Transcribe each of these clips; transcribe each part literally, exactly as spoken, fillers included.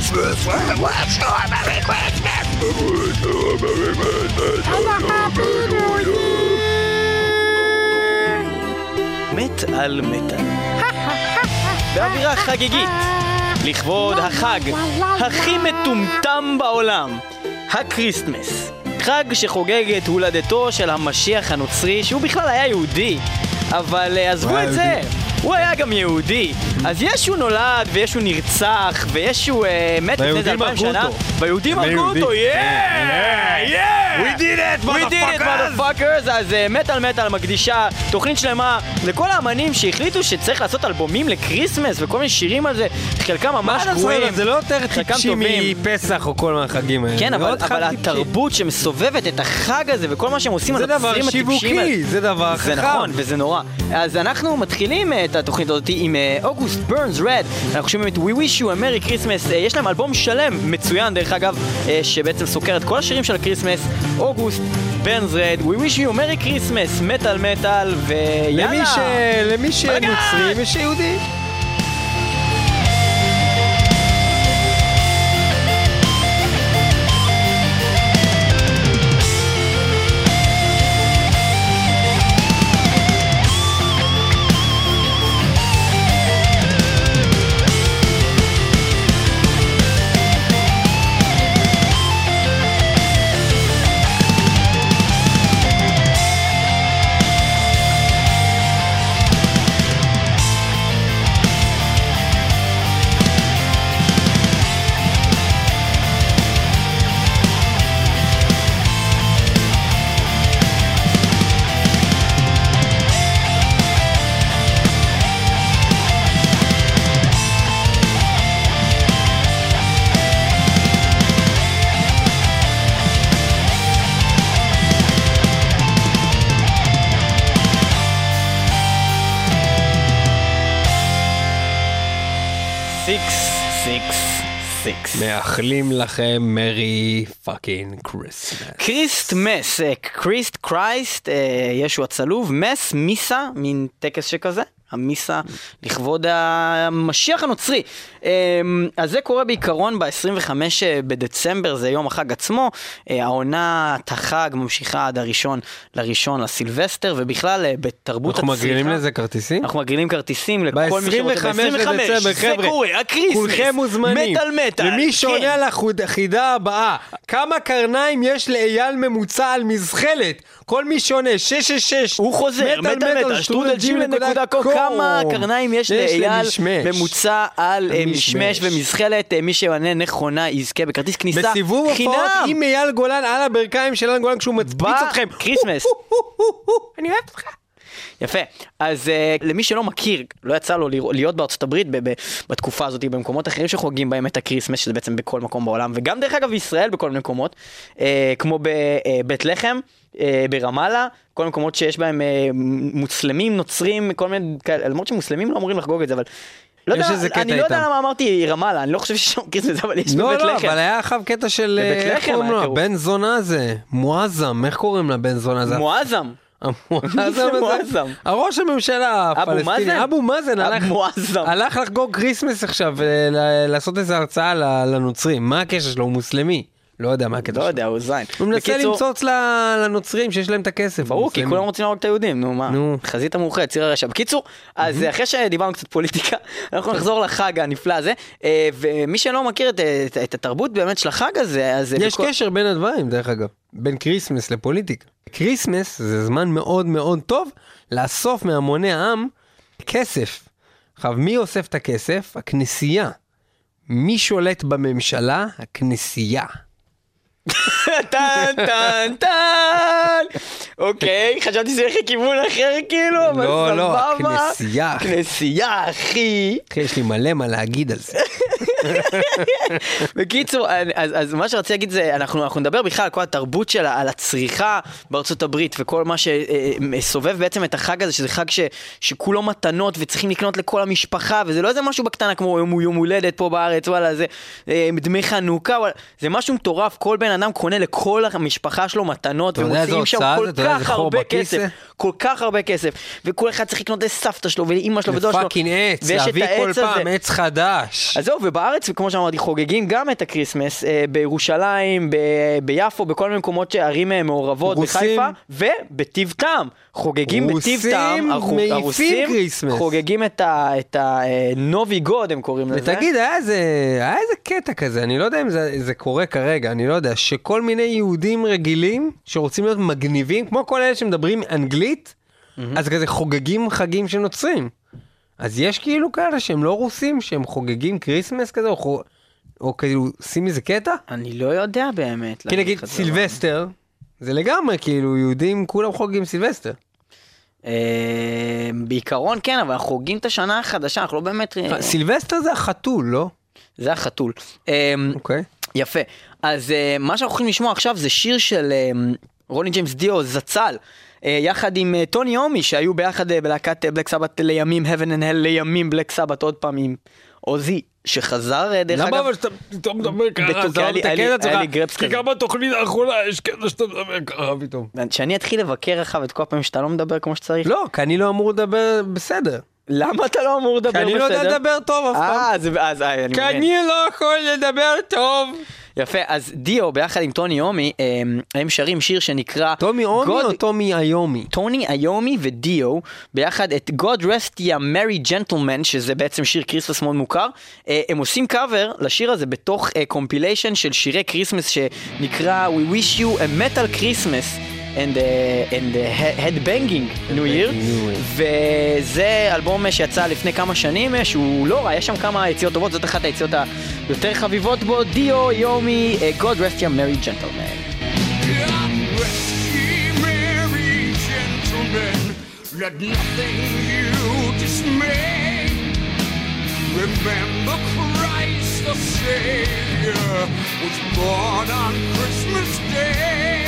Christmas. Wish you a Merry Christmas. And a Happy New Year. מת על מטל. באווירה חגיגית, לכבוד החג הכי מטומטם בעולם, הקריסטמס. חג שחוגג את הולדתו של המשיח הנוצרי, שהוא בכלל היה יהודי, אבל עזבו את זה, הוא היה גם יהודי. אז ישו נולד וישו נרצח וישו מת לפני זה אלפיים שנה, והיהודים הרגו אותו. yeah yeah we did it we did it motherfuckers. אז מטל מטל מקדישה תוכנית שלמה לכל האמנים שהחליטו שצריך לעשות אלבומים לקריסמס וכל מיני שירים על זה, חלקם ממש גרועים. זה לא יותר טיפשי מפסח או כל מהחגים האלה. כן, אבל התרבות שמסובבת את החג הזה וכל מה שהם עושים, זה דבר שיווקי, זה דבר חכם. זה נכון וזה נורא. אז אנחנו מתחילים את התוכנית הזאת עם אוגוסט ברנס רד. אנחנו שומעים את We Wish You a Merry Christmas. יש להם אלבום שלם מצוין דרך אגב, שבעצם סוקר את כל השירים של הקריסמס. אוגוסט ברנס רד, We Wish You a Merry Christmas, מטל מטל, ויאללה. למי שנוצרי ושיהודי. מאחלים לכם מרי פאקינג קריסטמס. קריסטמס, קריסט קרייסט, ישו הצלוב, מס, מיסה, מין טקס שכזה, המיסה לכבוד המשיח הנוצרי. אז זה קורה בעיקרון ב-עשרים וחמישה בדצמבר, זה יום החג עצמו. העונת החג ממשיכה עד הראשון לראשון לסילבסטר, ובכלל בתרבות הצריכה. אנחנו מגרילים לזה כרטיסים? אנחנו מגרילים כרטיסים לכל מי שרוצה. ב-עשרים וחמישה לדצמבר, זה קורה, הקריסמס. כולכם מוזמנים. מטל מטל. למי שעונה על החידה הבאה, כמה קרניים יש לאייל ממוצע על מזחלת? כל מי שעונה, שש שש שש. הוא חוזר, מטל מטל, שטרודל ג'ימל נקודה קום. כמה קרניים יש לאייל ממוצע על משמש ומזחלת? מי שעונה נכונה יזכה בכרטיס כניסה חינם. בסיבוב הופעות עם אייל גולן על הברכיים של אייל גולן כשהוא מצביץ אתכם. קריסמס. אני אוהב אותך. יפה. אז uh, למי שלא מכיר, לא יצא לו להיות בארצות הברית ב- ב- בתקופה הזאת, במקומות אחרים שחוגגים בהם את הקריסמס, שזה בעצם בכל מקום בעולם, וגם דרך אגב בישראל בכל מיני מקומות, uh, כמו בבית לחם, uh, ברמאללה, כל מקומות שיש בהם uh, מוסלמים, נוצרים, כל מיני כאלה, למרות שמוסלמים לא אמורים לחגוג את זה, אבל לא יודע, אני לא יודע למה אמרתי רמאללה, אני לא חושב שיש שם קריסמס, אבל יש לא, בבית לא, לחם. אבל היה אחר קטע של, איך קוראים לו? בן זונה זה, מואזם, איך קוראים לה בן זונה זה? מואזם. מואזם. הראש הממשלה הפלסטיני, אבו מאזן, הלך לחגוג קריסמס עכשיו ולעשות איזו הרצאה לנוצרים. מה הקשר שלו? הוא מוסלמי. לא יודע מה הקטע שלו. לא יודע, הוא זין. הוא מנסה למצוץ לנוצרים שיש להם את הכסף. ברור, כי כולם רוצים להרוג את היהודים. נו מה, חזית המאוחדת, ציר הרשע. בקיצור, אז אחרי שדיברנו קצת פוליטיקה, אנחנו נחזור לחג הנפלא הזה, ומי שלא מכיר את התרבות באמת של החג הזה, אז... יש קשר בין הדברים, דרך אגב, בין קריסמס לפוליטיקה. קריסמס זה זמן מאוד מאוד טוב לאסוף מהמוני העם כסף. עכשיו, מי אוסף את הכסף? הכנסייה. מי שולט בממשלה? הכנסייה. טן טן טן. אוקיי, חשבתי שזה יחי כיוון אחר כאילו, אבל לא, לא, סבבה. כנסייה. כנסייה, אחי. אחי, יש לי מלא מה להגיד על זה. בקיצור, אז, אז מה שרציתי להגיד זה, אנחנו, אנחנו נדבר בכלל על כל התרבות שלה, על הצריכה בארצות הברית, וכל מה שסובב בעצם את החג הזה, שזה חג ש, שכולו מתנות, וצריכים לקנות לכל המשפחה, וזה לא איזה משהו בקטנה כמו יום, יום הולדת פה בארץ, וואלה, זה דמי חנוכה, וואלה, זה משהו מטורף, כל בן אדם קונה לכל המשפחה שלו מתנות, ומוציאים שם כל כך הרבה כסף, כל כך הרבה כסף, וכל אחד צריך לקנות לסבתא שלו, ולאמא שלו ודוד שלו, ופאקינג עץ, להביא כל פעם עץ חדש. אז זהו, ובארץ, וכמו שאמרתי, חוגגים גם את הקריסמס, אה, בירושלים, ב- ביפו, בכל מיני מקומות שערים אה, מעורבות, רוסים. בחיפה, ובטיב טעם. חוגגים בטיב טעם, רוסים מעיפים קריסמס. חוגגים את ה- את הנובי גוד, הם קוראים לזה. ותגיד, היה איזה, היה איזה קטע כזה, אני לא יודע אם זה, זה קורה כרגע, אני לא יודע, שכל מיני יהודים רגילים שרוצים להיות מגניבים, כמו כל אלה שמדברים אנגלית, mm-hmm. אז כזה חוגגים חגים של נוצרים. אז יש כאילו כאלה שהם לא רוסים, שהם חוגגים קריסמס כזה, או, חוג... או כאילו עושים איזה קטע? אני לא יודע באמת. כי נגיד סילבסטר, זה לגמרי, כאילו יהודים כולם חוגגים סילבסטר. בעיקרון כן, אבל אנחנו חוגגים את השנה החדשה, אנחנו לא באמת... סילבסטר זה החתול, לא? זה החתול. אוקיי. יפה. אז מה שאנחנו יכולים לשמוע עכשיו זה שיר של רוני ג'יימס דיו, זצ"ל, יחד עם טוני איומי, שהיו ביחד בלהקת בלק סבת לימים, Heaven and Hell לימים, בלק סבת עוד פעם עם עוזי, שחזר דרך אגב... למה אבל שאתה פתאום מדבר ככה? זה לא מתקן את זה, כי גם בתוכנית האחרונה יש כזה שאתה מדבר ככה פתאום. שאני אתחיל לבקר לך ואת כל פעמים שאתה לא מדבר כמו שצריך? לא, כי אני לא אמור לדבר בסדר. למה אתה לא אמור לדבר בסדר? כי אני לא יודע לדבר טוב אף פעם. אה, אז אני מבין. כי אני לא יכול לדבר טוב. יפה, אז דיו ביחד עם טוני איומי, הם שרים שיר שנקרא... טומי איומי או טומי איומי? טוני איומי ודיו, ביחד את God Rest Ya Merry Gentleman, שזה בעצם שיר קריסמס מאוד מוכר. הם עושים קאבר לשיר הזה בתוך קומפיליישן של שירי קריסמס שנקרא We Wish You a Metal Christmas and uh, and uh, Headbanging New Year, וזה אלבום שיצא לפני כמה שנים, שהוא לא רע, יש שם כמה יציאות טובות, זאת אחת היציאות היותר חביבות בו, דיו איומי, uh, God Rest Ya Merry Gentleman. God rest ye merry gentlemen, let nothing you dismay. Remember Christ the Savior was born on Christmas Day.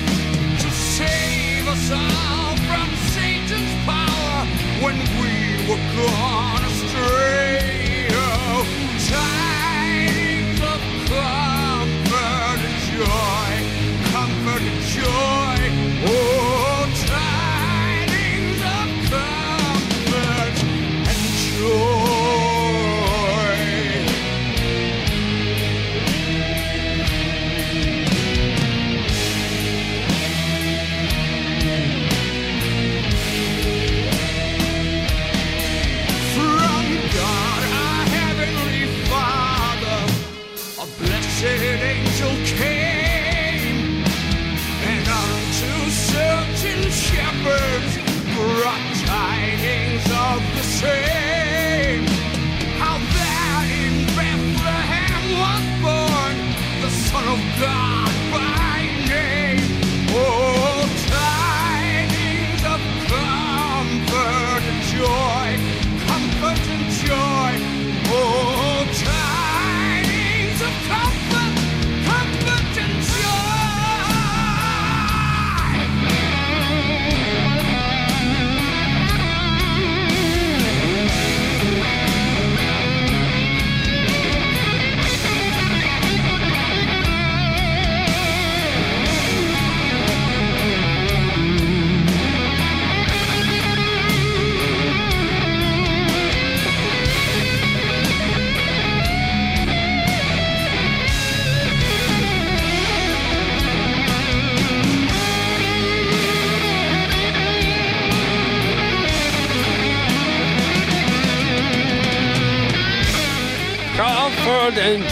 Save us all from Satan's power when we were gone astray. Oh, tidings of comfort and joy, comfort and joy. Oh, tidings of comfort and joy. Angel came and unto certain shepherds brought tidings of the same, how that in Bethlehem was born the Son of God by name. Oh, tidings of comfort and joy, comfort and joy. Oh, tidings of comfort, comfort and joy. Comfort and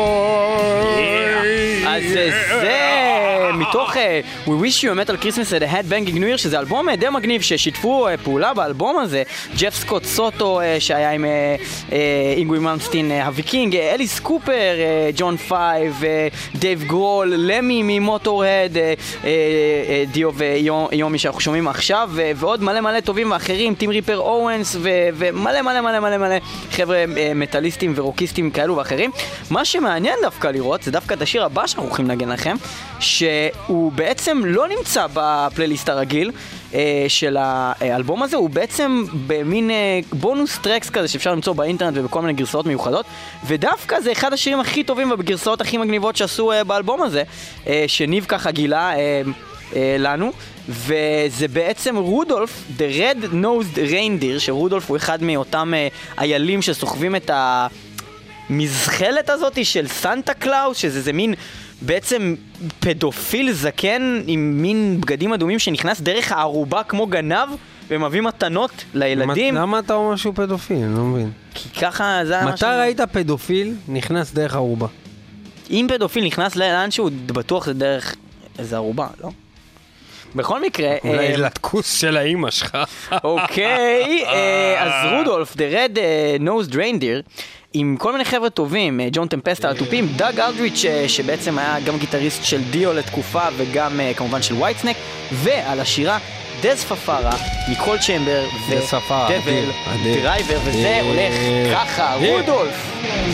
joy. אז זה מתוך We Wish You a Metal Christmas at a Headbanging New Year, שזה אלבום די מגניב ששיתפו פעולה באלבום הזה, ג'ף סקוט סוטו שהיה עם אינגווי מלמסטין הוויקינג, אליס קופר, ג'ון פייב, דייב גרול, למי ממוטורד, דיו ויומי שאנחנו שומעים עכשיו, ועוד מלא מלא טובים ואחרים, טים ריפר אורנס ומלא מלא מלא מלא מלא חבר'ה מטליסטים ורוקיסטים כאלו ואחרים. מה שמעניין דווקא לראות זה דווקא את השיר הבא שאנחנו הולכים לנגן לכם, שהוא בעצם לא נמצא בפלייליסט הרגיל אה, של האלבום הזה, הוא בעצם במין אה, בונוס טרקס כזה שאפשר למצוא באינטרנט ובכל מיני גרסאות מיוחדות, ודווקא זה אחד השירים הכי טובים ובגרסאות הכי מגניבות שעשו אה, באלבום הזה, אה, שניב ככה גילה אה, אה, לנו, וזה בעצם רודולף, The Red Nosed Reindeer, שרודולף הוא אחד מאותם אה, איילים שסוחבים את ה... המזחלת הזאת של סנטה קלאוס, שזה זה מין בעצם פדופיל זקן עם מין בגדים אדומים שנכנס דרך הערובה כמו גנב ומביא מתנות לילדים. למה אתה אומר שהוא פדופיל? אני לא מבין. כי ככה זה... מתי ראית פדופיל נכנס דרך הערובה? אם פדופיל נכנס לאן שהוא בטוח זה דרך איזה ערובה, לא? בכל מקרה... אולי לתקוס של האמא שלך. אוקיי, אז רודולף, the red nosed reindeer, עם כל מיני חבר'ה טובים, ג'ון טמפסטה התופים, דאג אלדריץ' שבעצם היה גם גיטריסט של דיו לתקופה וגם כמובן של ווייטסנק, ועל השירה דז פפרה, ניקול צ'מבר ודבל דרייבר, וזה הולך ככה, רודולף.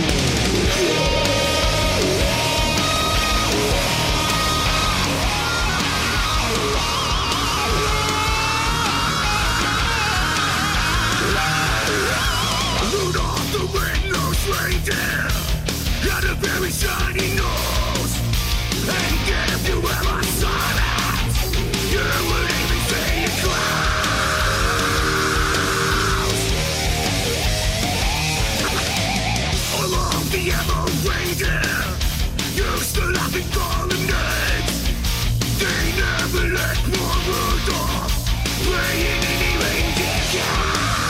Got a very shiny nose, and if you ever saw that, you would even say it clouds. Along the yellow reindeer, used to laughing fallen eggs. They never let poor Rudolph play in any reindeer cat.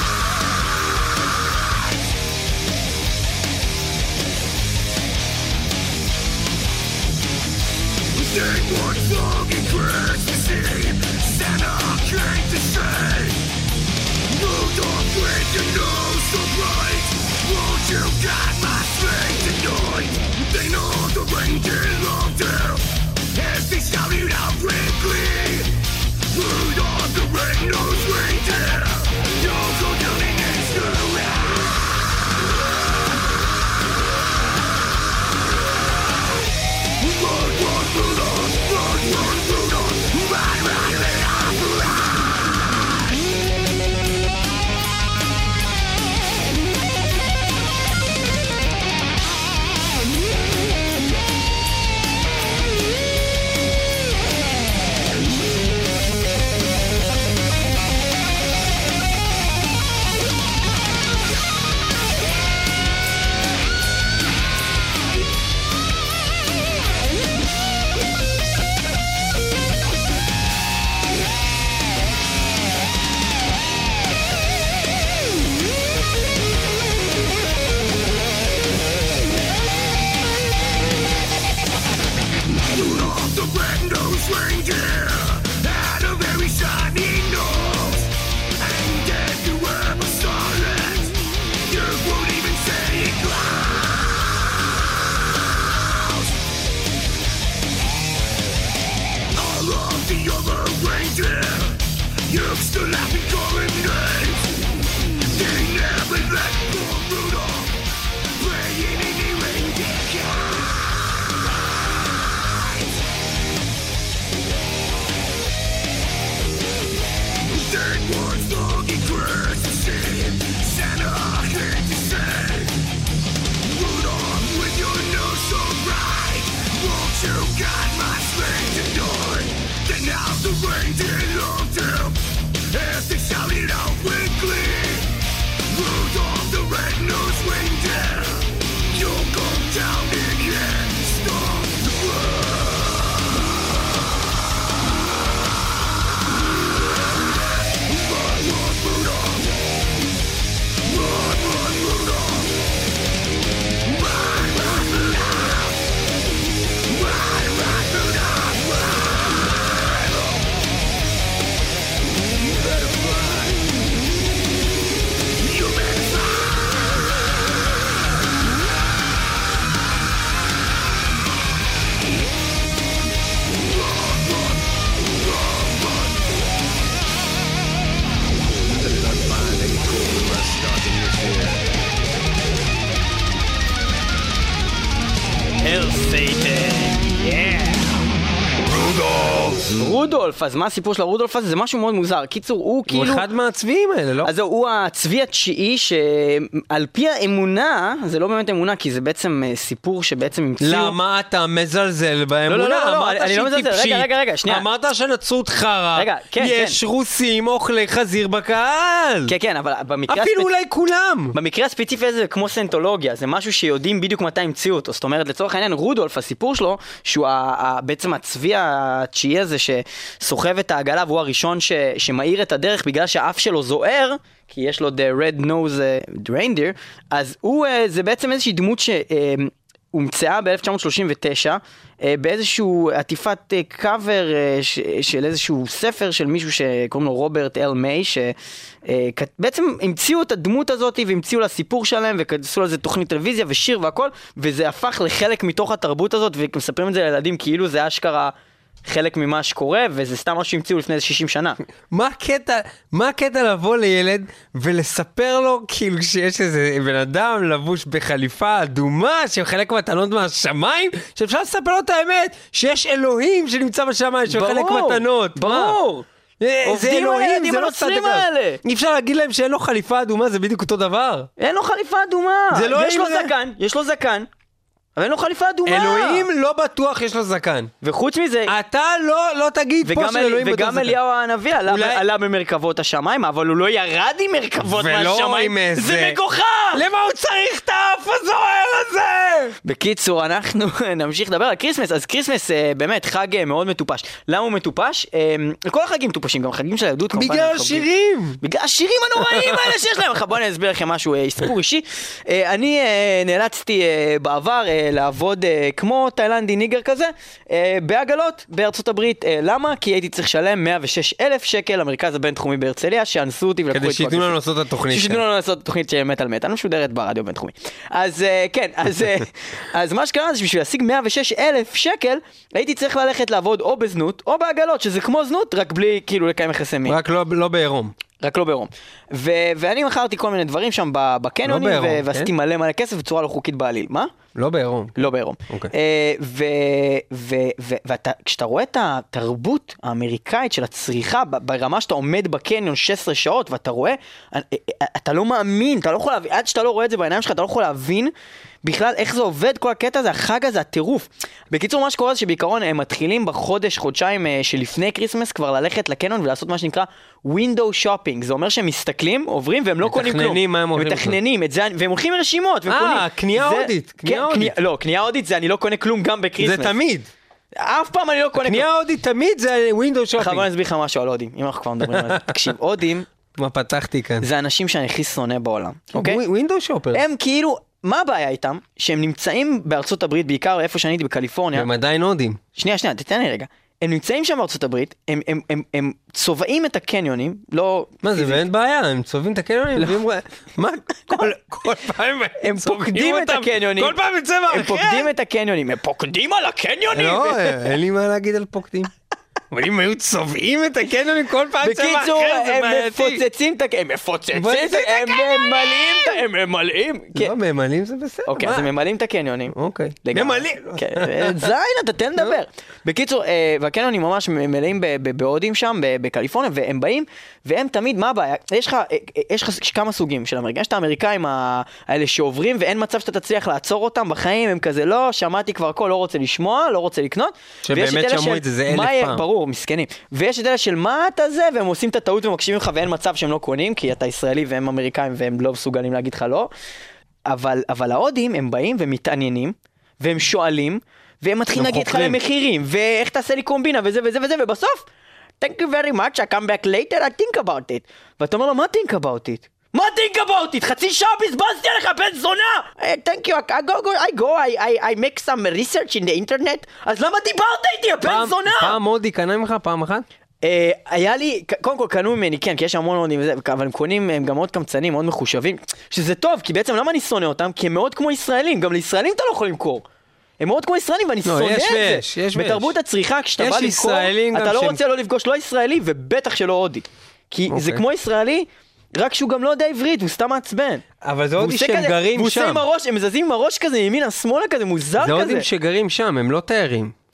They want flogging Christmas Eve, Santa came to say, Rudolph, with your nose so bright, won't you guide my sleigh tonight? They know the reindeer loved him, as they shouted out with glee, Rudolph the red-nosed reindeer, you'll go down in history. Run, run, Rudolph, run, run, Rudolph, run, run, Rudolph, run. Reindeer had a very shiny nose, and if you ever saw it, you won't even say it clouds. All of the other reindeer used to laugh and call him names. They never let poor Rudolph play in any reindeer cat. Then one foggy Christmas Eve, Santa came to say, Rudolph, with your nose so bright, won't you guide my sleigh tonight? Then now the reindeer loved him, as they shouted out with glee, Rudolph the red-nosed reindeer, you'll go down in history. Hail Satan, yeah! Rudolph! רודולף, אז מה הסיפור של הרודולף הזה? זה משהו מאוד מוזר. קיצור, הוא כאילו... הוא אחד מהצביעים האלה, לא? אז הוא הצבי התשיעי שעל פי האמונה, זה לא באמת אמונה, כי זה בעצם סיפור שבעצם המציאו... למה אתה מזלזל באמונה? לא, לא, לא, אמרת אני לא שהיא מזלזל. טיפשית. רגע, רגע, רגע, שנייה. אמרת שנצרות חרא. רגע, כן, יש כן. רוסים אוכלי חזיר בקהל. כן, כן, אבל במקרה... אפילו אולי כולם. במקרה הספציפי הזה זה כמו סנטולוגיה, זה משהו שיודעים בדיוק מתי המציאו אותו. זאת אומרת, לצורך העניין, רודולף, הסיפור שלו, שהוא ה- ה- בעצם הצבי התשיעי הזה שסוחב את העגלה, והוא הראשון ש- שמאיר את הדרך בגלל שהאף שלו זוהר, כי יש לו the red nose uh, reindeer, אז הוא, uh, זה בעצם איזושהי דמות ש... Uh, הומצאה ב-אלף תשע מאות שלושים ותשע באיזשהו עטיפת קאבר של איזשהו ספר של מישהו שקוראים לו רוברט אל מיי, שבעצם המציאו את הדמות הזאת והמציאו לה סיפור שלהם וכנסו לזה תוכנית טלוויזיה ושיר והכל, וזה הפך לחלק מתוך התרבות הזאת, ומספרים את זה לילדים כאילו זה אשכרה חלק ממה שקורה, וזה סתם משהו שהמציאו לפני איזה שישים שנה. מה הקטע, מה הקטע לבוא לילד ולספר לו כאילו שיש איזה בן אדם לבוש בחליפה אדומה שמחלק מתנות מהשמיים, שאפשר לספר לו את האמת שיש אלוהים שנמצא בשמיים שמחלק מתנות. ברור. זה אלוהים, זה לא סתם האלה. אי אפשר להגיד להם שאין לו חליפה אדומה, זה בדיוק אותו דבר. אין לו חליפה אדומה. זה לא יש לו זה... זקן, יש לו זקן. אבל אין לו חליפה אדומה. אלוהים לא בטוח יש לו זקן. וחוץ מזה... אתה לא, לא תגיד פה של אלוהים בטוח זקן. וגם אליהו הנביא עלה, אולי... עלה במרכבות השמיים, אבל הוא לא ירד עם מרכבות מהשמיים. איזה... זה מגוחך! למה הוא צריך את האף הזוהר הזה? בקיצור, אנחנו נמשיך לדבר על קריסמס. אז קריסמס באמת חג מאוד מטופש. למה הוא מטופש? כל החגים מטופשים, גם חגים של היהדות. בגלל השירים. בגלל השירים הנוראים האלה שיש להם. בואו אני אסביר לכם משהו, סיפור אישי. אני נאלצתי בעבר לעבוד uh, כמו תאילנדי ניגר כזה uh, בעגלות בארצות הברית. uh, למה? כי הייתי צריך לשלם מאה ושש אלף שקל למרכז הבינתחומי בהרצליה, שאנסו אותי ולקחו את כל הכסף. כדי שיתנו לנו לעשות את התוכנית. שיתנו לנו לעשות את התוכנית של מטל מטל, משודרת ברדיו בינתחומי. אז uh, כן, אז, uh, אז מה שקרה זה שבשביל להשיג מאה ושש אלף שקל, הייתי צריך ללכת לעבוד או בזנות או בעגלות, שזה כמו זנות, רק בלי כאילו לקיים יחסי מין. רק לא, לא בעירום. רק לא בעירום. ו- ואני מכרתי כל מיני דברים שם בקניונים, לא בעירום, ו- ועשיתי כן? מלא מלא כסף בצורה לא חוקית בעליל. מה? לא בעירום. לא בעירום. אוקיי. וכשאתה רואה את התרבות האמריקאית של הצריכה, ברמה שאתה עומד בקניון שש עשרה שעות, ואתה רואה, אתה לא מאמין, אתה לא יכול להבין, עד שאתה לא רואה את זה בעיניים שלך, אתה לא יכול להבין בכלל איך זה עובד, כל הקטע הזה, החג הזה, הטירוף. בקיצור, מה שקורה זה שבעיקרון הם מתחילים בחודש, חודשיים שלפני קריסמס, כבר ללכת לקניון ולעשות מה שנקרא window shopping. זה אומר שהם מסתכלים, עוברים והם לא קונים כלום. מתכננים מה הם הולכים. מתכננים את זה, והם הולכים רשימות. אה, קנייה הודית. קנייה הודית. לא, קנייה הודית זה אני לא קונה כלום גם בקריסמס. זה תמיד. אף פעם אני לא קונה כלום. קנייה הודית תמיד זה window shopping. חבל להסביר לך משהו על הודים, אם אנחנו כבר מדברים על זה. תקשיב, הודים, מה פתחתי כאן? זה אנשים שאני הכי שונא בעולם. אוקיי? window shopper. הם כאילו, מה הבעיה איתם? שהם נמצאים בארצות הברית, בעיקר איפה שאני הייתי בקליפורניה. הם עדיין הודים. שנייה, שנייה, תתן לי רגע. הם נמצאים שם בארצות הברית, הם, הם, הם, הם צובעים את הקניונים, לא... מה זה, ואין בעיה, הם צובעים את הקניונים, מה? כל פעם הם פוקדים את הקניונים. כל פעם בצבע אחר. הם פוקדים את הקניונים, הם פוקדים על הקניונים. לא, אין לי מה להגיד על פוקדים. אבל אם היו צובעים את הקניונים כל פעם צבע אחר, בקיצור, זה הם בעייתי. מפוצצים את הקניונים, הם מפוצצים את הקניונים, הם ממלאים, הם ממלאים. לא, ממלאים זה בסדר. אוקיי, אז הם ממלאים את הקניונים. אוקיי. ממלאים. זין, אתה תן לדבר. בקיצור, והקניונים ממש מלאים בהודים שם, בקליפורניה, והם באים, והם תמיד, מה הבעיה? יש לך כמה סוגים של אמריקאים, יש את האמריקאים האלה שעוברים, ואין מצב שאתה תצליח לעצור אותם בחיים, הם כזה, לא, שמעתי כבר הכל, לא רוצה לשמוע, לא רוצה לקנות. שבאמת שמעו את זה, זה אלף פעם. ברור, מסכנים. ויש את אלה של מה אתה זה, והם עושים את הטעות ומקשיבים לך, ואין מצב שהם לא קונים, כי אתה ישראלי והם אמריקאים, והם לא מסוגלים להגיד לך לא. אבל, אבל ההודים, הם באים ומתעניינים, והם שואלים, והם מתחילים להגיד לך למחירים, ואיך תעשה לי קומבינה, וזה וזה וזה, ובסוף, thank you very much, I come back later, I think about it. ואתה אומר לו, מה think about it? מה think about it? חצי שעה בזבזתי עליך, בן זונה! Thank you, I go, I go, I, I, I make some research in the internet. אז למה דיברת איתי, בן זונה? פעם מודי קנה ממך, פעם אחת? היה לי, קודם כל קנו ממני, כן, כי יש המון מודים וזה, אבל הם קונים, הם גם מאוד קמצנים, מאוד מחושבים, שזה טוב, כי בעצם למה אני שונא אותם? כי הם מאוד כמו ישראלים, גם לישראלים אתה לא יכול למכור. הם מאוד כמו ישראלים, ואני שונא את זה. יש, יש, בתרבות הצריכה, כשאתה בא למכור, אתה לא רוצה לא לפגוש לא ישראלי, ובטח שלא הודי. כי זה כמו ישראלי, רק שהוא גם לא יודע עברית, הוא סתם מעצבן. אבל זה הודים שהם גרים שם. הם מזזים עם הראש כזה, ימין השמאלה כזה, מוזר כזה. זה הודים שגרים שם, הם לא תיירים.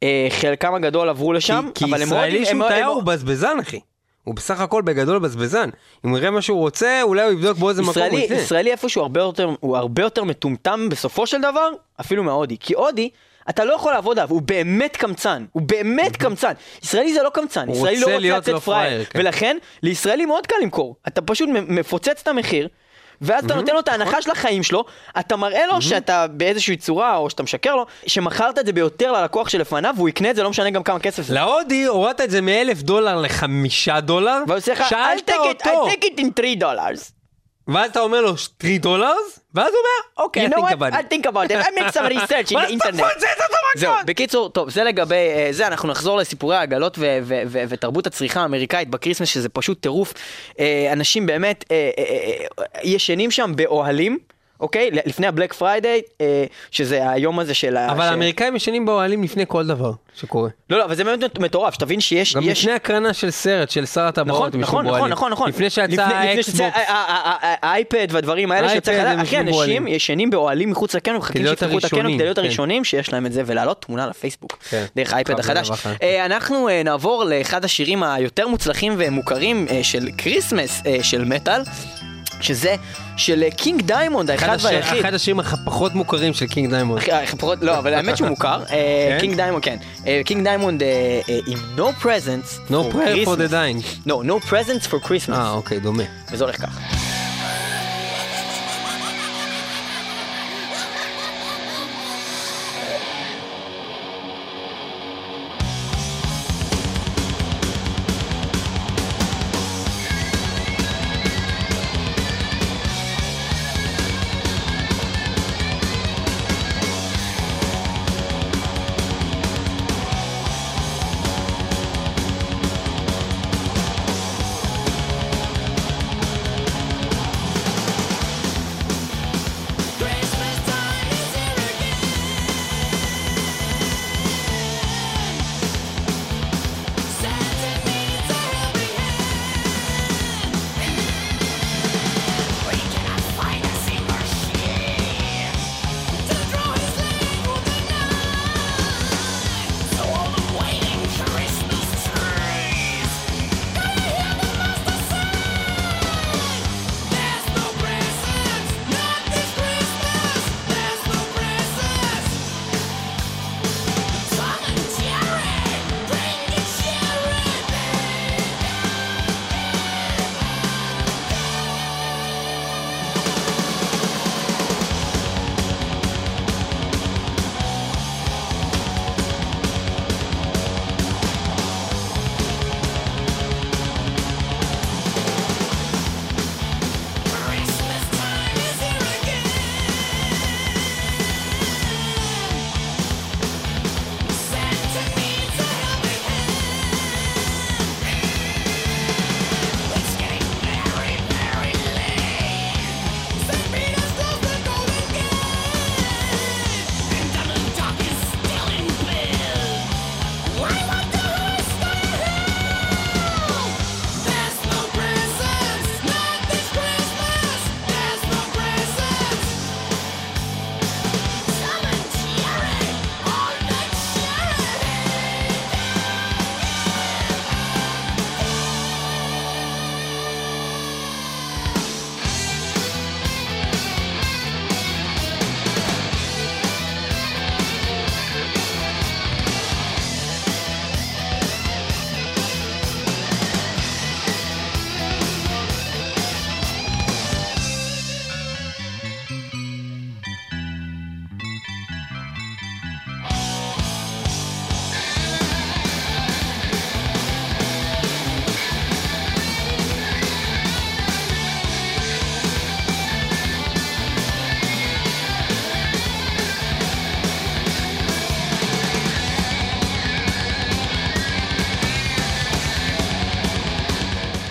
אה, חלקם הגדול עברו לשם, כי, כי אבל ישראלי שהוא תייר הם... הוא בזבזן, אחי. הוא בסך הכל בגדול בזבזן. אם הוא יראה מה שהוא רוצה, אולי הוא יבדוק בו איזה מקום הוא יתנה. ישראלי איפשהו הרבה יותר, הוא הרבה יותר מטומטם בסופו של דבר, אפילו מהודי. כי הודי, אתה לא יכול לעבוד עליו, הוא באמת קמצן, הוא באמת קמצן. ישראלי זה לא קמצן, ישראלי לא רוצה לצאת פרייר, ולכן לישראלי מאוד קל למכור. אתה פשוט מפוצץ את המחיר, ואז אתה נותן לו את ההנחה של החיים שלו, אתה מראה לו שאתה באיזושהי צורה, או שאתה משקר לו, שמכרת את זה ביותר ללקוח שלפניו, והוא יקנה את זה, לא משנה גם כמה כסף זה. להודי, הורדת את זה מאלף דולר לחמישה דולר, שאלת אותו. I take it in three dollars. ואז אתה אומר לו שלושה דולרס, ואז הוא אומר, אוקיי, I think about it. I think about it. I make some research in the internet. זהו, בקיצור, טוב, זה לגבי זה, אנחנו נחזור לסיפורי העגלות ותרבות הצריכה האמריקאית בקריסמס, שזה פשוט טירוף. אנשים באמת ישנים שם באוהלים, אוקיי? לפני הבלק פריידיי, שזה היום הזה של... אבל האמריקאים ישנים באוהלים לפני כל דבר שקורה. לא, לא, אבל זה באמת מטורף, שתבין שיש... גם לפני הקרנה של סרט, של שר הטבעות, נכון, נכון, נכון, נכון. לפני שיצא האקסבוקס. האייפד והדברים האלה שיצא חדש, אחי, אנשים ישנים באוהלים מחוץ לקנו, וחכים שיפתחו את הקנו כדי להיות הראשונים שיש להם את זה, ולהעלות תמונה לפייסבוק, דרך האייפד החדש. אנחנו נעבור לאחד השירים היותר מוצלחים ומוכרים של קריסמס של מטל, שזה של קינג דיימונד, האחד והיחיד. אחד השירים הפחות מוכרים של קינג דיימונד. לא, אבל האמת שהוא מוכר. קינג דיימונד, כן. קינג דיימונד עם No Presents No Prayer for the Dying. No, No Presents for Christmas. אה, אוקיי, דומה. וזה הולך כך.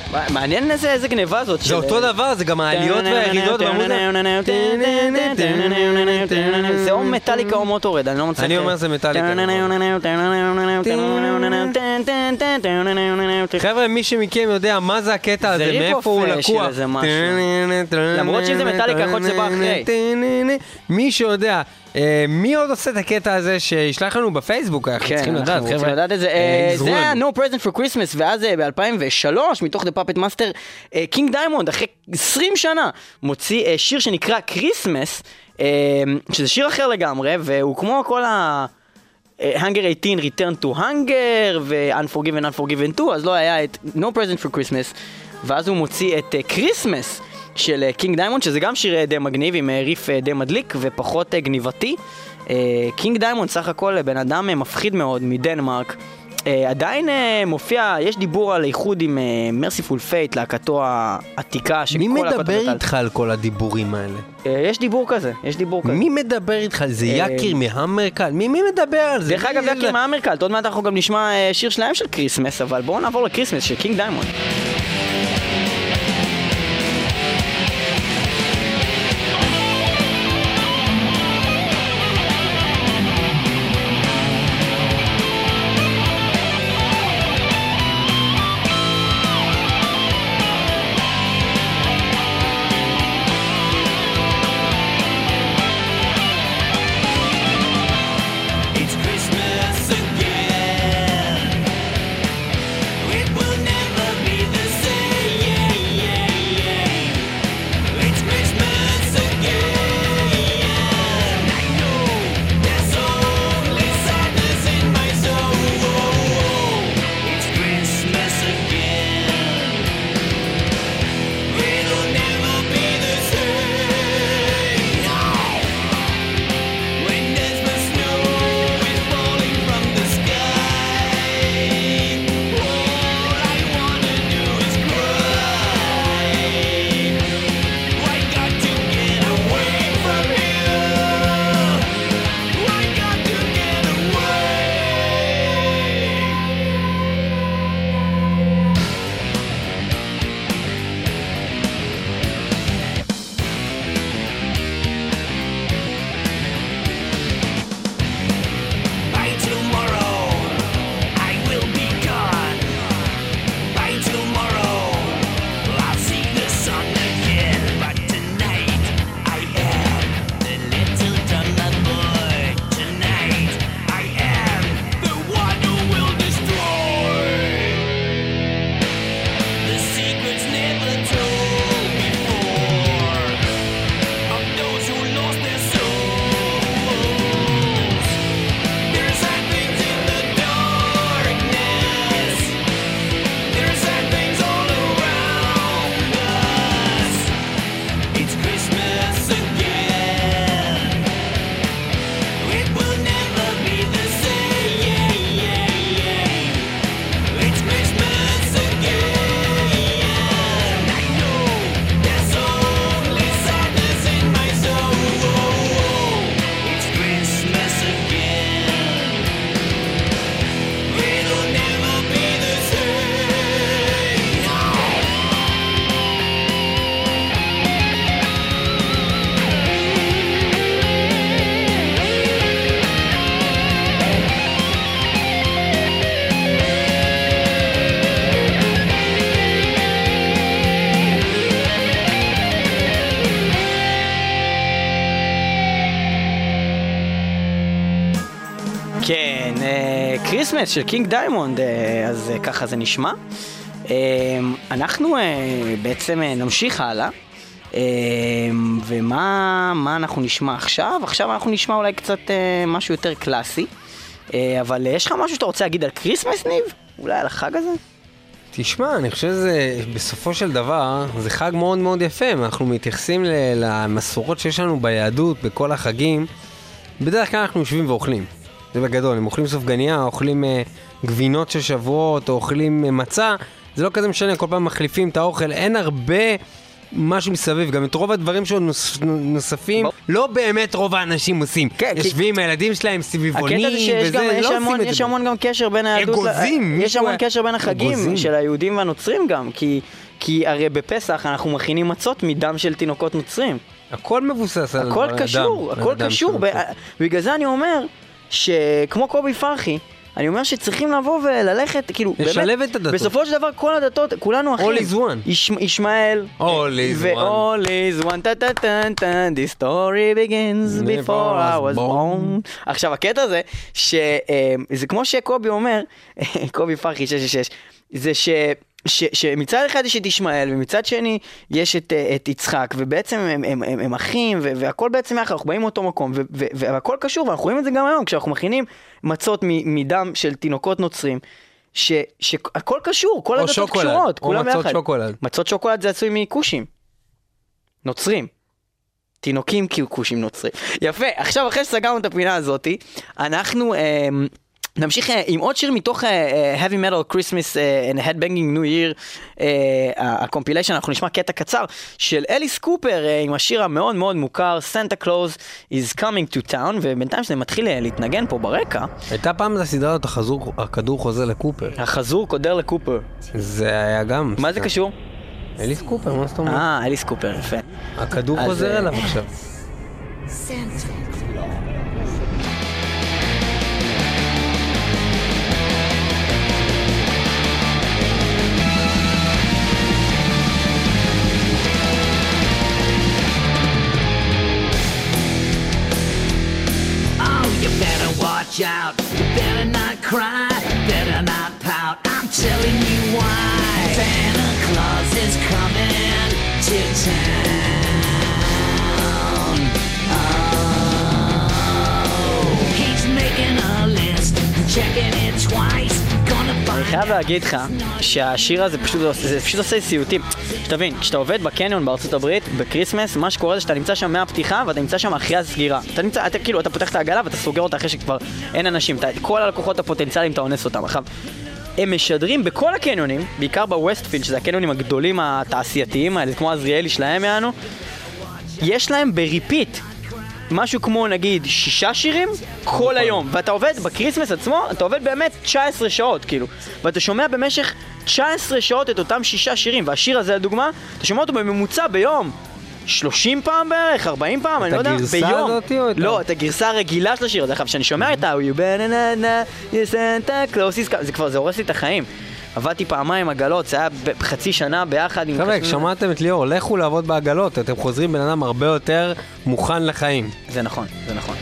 מעניין איזה גניבה זאת. זה אותו דבר, זה גם העליות והירידות במוזיקה. זה או מטאליקה או מוטורד, אני לא מצליח. אני אומר זה מטאליקה. חבר'ה, מי שמכם יודע מה זה הקטע הזה, מאיפה הוא לקוח. למרות שזה מטאליקה, יכול להיות שזה בא אחרי. מי שיודע, מי עוד עושה את הקטע הזה שישלח לנו בפייסבוק, אנחנו צריכים לדעת, חבר'ה. זה היה No Present for Christmas, ואז ב-אלפיים ושלוש, מתוך The Puppet Master, קינג דיימונד, אחרי עשרים שנה, מוציא שיר שנקרא Christmas, שזה שיר אחר לגמרי, והוא כמו כל ה... Hunger שמונה עשרה, Return to Hunger, ו-Unforgiven, Unforgiven two, אז לא היה את No Present for Christmas, ואז הוא מוציא את Christmas של קינג דיימונד, שזה גם שיר די מגניב, עם ריף די מדליק ופחות גניבתי. קינג דיימונד סך הכל בן אדם מפחיד מאוד מדנמרק, עדיין מופיע, יש דיבור על איחוד עם מרסיפול פייט, להקתו העתיקה. מי מדבר איתך על כל הדיבורים האלה? יש דיבור כזה, יש דיבור כזה. מי מדבר איתך? זה יקיר מהמרקל? מי מדבר על זה? דרך אגב, יקיר מהמרקל, עוד מעט אנחנו גם נשמע שיר שלהם של קריסמס, אבל בואו נעבור לקריסמס של קינג דיימונד. כן, קריסמס של קינג דיימונד, אז ככה זה נשמע. אנחנו בעצם נמשיך הלאה, ומה מה אנחנו נשמע עכשיו? עכשיו אנחנו נשמע אולי קצת משהו יותר קלאסי, אבל יש לך משהו שאתה רוצה להגיד על קריסמס, ניב? אולי על החג הזה? תשמע, אני חושב שזה, בסופו של דבר, זה חג מאוד מאוד יפה. אנחנו מתייחסים למסורות שיש לנו ביהדות, בכל החגים. בדרך כלל אנחנו יושבים ואוכלים. זה בגדול, הם אוכלים סופגניה, אוכלים uh, גבינות של שבועות, או אוכלים uh, מצה. זה לא כזה משנה, כל פעם מחליפים את האוכל. אין הרבה משהו מסביב, גם את רוב הדברים שנוספים, לא באמת רוב האנשים עושים. יושבים הילדים שלהם סביבונים, וזה, לא עושים את זה. יש המון גם קשר בין היהדות, יש המון קשר בין החגים של היהודים והנוצרים גם, כי הרי בפסח אנחנו מכינים מצות מדם של תינוקות נוצרים. הכל מבוסס על הכל קשור, הכל קשור. בגלל זה אני אומר שכמו קובי פרחי, אני אומר שצריכים לבוא וללכת, כאילו, לשלב את הדתות. בסופו של דבר כל הדתות, כולנו אחים. All is one. ישמעאל. All is one. ו-all is one, ta ta ta ta, this story begins before I was born. עכשיו, הקטע הזה, שזה כמו שקובי אומר, קובי פרחי שש שש שש, זה ש... ש, שמצד אחד יש את ישמעאל ומצד שני יש את, את יצחק ובעצם הם, הם, הם, הם אחים ו, והכל בעצם יחד, אנחנו באים מאותו מקום ו, ו, והכל קשור ואנחנו רואים את זה גם היום כשאנחנו מכינים מצות מ, מדם של תינוקות נוצרים ש, שהכל קשור, כל הדתות שוקולד, קשורות, או מצות יחד. שוקולד. מצות שוקולד זה עשוי מקושים נוצרים, תינוקים כקושים נוצרים. יפה, עכשיו אחרי שסגרנו את הפינה הזאת אנחנו... אה, נמשיך עם עוד שיר מתוך Heavy Metal Christmas and Headbanging New Year, הקומפיליישן, אנחנו נשמע קטע קצר של אליס קופר עם השיר המאוד מאוד מוכר Santa Claus is coming to town, ובינתיים שזה מתחיל להתנגן פה ברקע. הייתה פעם את הסדרה הזאת, הכדור חוזר לקופר. החזור קודר לקופר. זה היה גם... מה זה קשור? אליס קופר, מה זאת אומרת? אה, אליס קופר, יפה. הכדור חוזר אליו עכשיו. Santa watch out, you better not cry, better not pout, I'm telling you why. Santa Claus is coming to town. Oh, he's making a list, checking it twice, gonna find. אני חייב להגיד לך שהשיר הזה פשוט, זה פשוט עושה סיוטים. שתבין, כשאתה עובד בקניון בארצות הברית, בקריסמס, מה שקורה זה שאתה נמצא שם מהפתיחה ואתה נמצא שם אחרי הסגירה. אתה נמצא, אתה כאילו, אתה פותח את העגלה ואתה סוגר אותה אחרי שכבר אין אנשים. אתה, כל הלקוחות הפוטנציאליים אתה אונס אותם. עכשיו, הם משדרים בכל הקניונים, בעיקר בווסטפילד, שזה הקניונים הגדולים התעשייתיים האלה, כמו עזריאלי שלהם יענו, יש להם בריפיט משהו כמו נגיד שישה שירים כל היום, ואתה עובד בקריסמס עצמו, אתה עובד באמת תשע עשרה שעות כאילו, ואתה שומע במשך תשע עשרה שעות את אותם שישה שירים, והשיר הזה לדוגמה, אתה שומע אותו בממוצע ביום שלושים פעם בערך, ארבעים פעם, אני לא יודע, ביום. את הגרסה הזאת או את... לא, את הגרסה הרגילה של השיר הזה. עכשיו, כשאני שומע את ה- You better not not, you Santa Claus, זה כבר, זה הורס לי את החיים. עבדתי פעמיים עגלות, זה היה בחצי שנה ביחד עם... חבר'ה, שמעתם את ליאור, לכו לעבוד בעגלות, אתם חוזרים בן אדם הרבה יותר מוכן לחיים. זה נכון, זה נכון.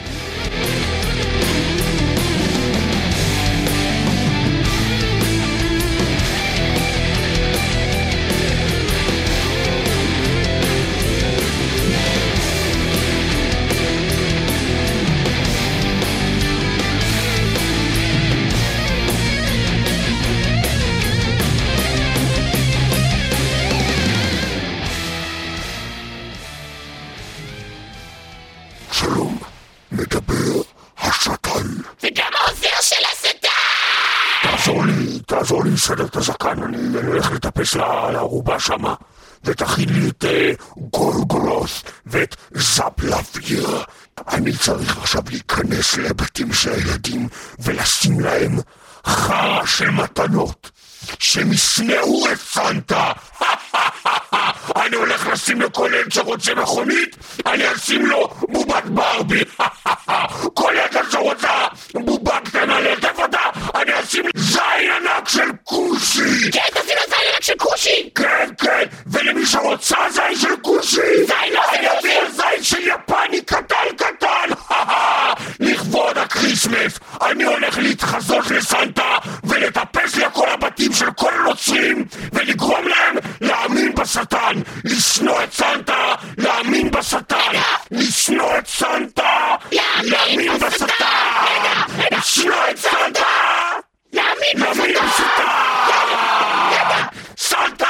תעזור לי לסדר את הזקן, אני הולך לטפס לערובה שמה, ותכין לי את גולגולוס ואת זפלפיר. אני צריך עכשיו להיכנס לבתים של הילדים ולשים להם חרא של מתנות, שהם ישנאו את סנטה. אני הולך לשים לכל ילד שרוצה מכונית, אני אשים לו בובת ברבי. כל ילד שרוצה בובה קטנה לטף אותה, אני אשים זין ענק של קושי. כן, תשים לו זין ענק של קושי. כן, כן, ולמי שרוצה זין של קושי, זין לא אני אשים זין של יפני קטן קטן. לכבוד הקריסמס, אני הולך להתחזות לסנטה ולטפס לכל הבתים של כל הנוצרים ולגרום להם להאמין בשטן, לשנוא את סנטה, להאמין בשטן, לשנוא את סנטה, להאמין בשטן, לשנוא את סנטה, להאמין בשטן, סנטה,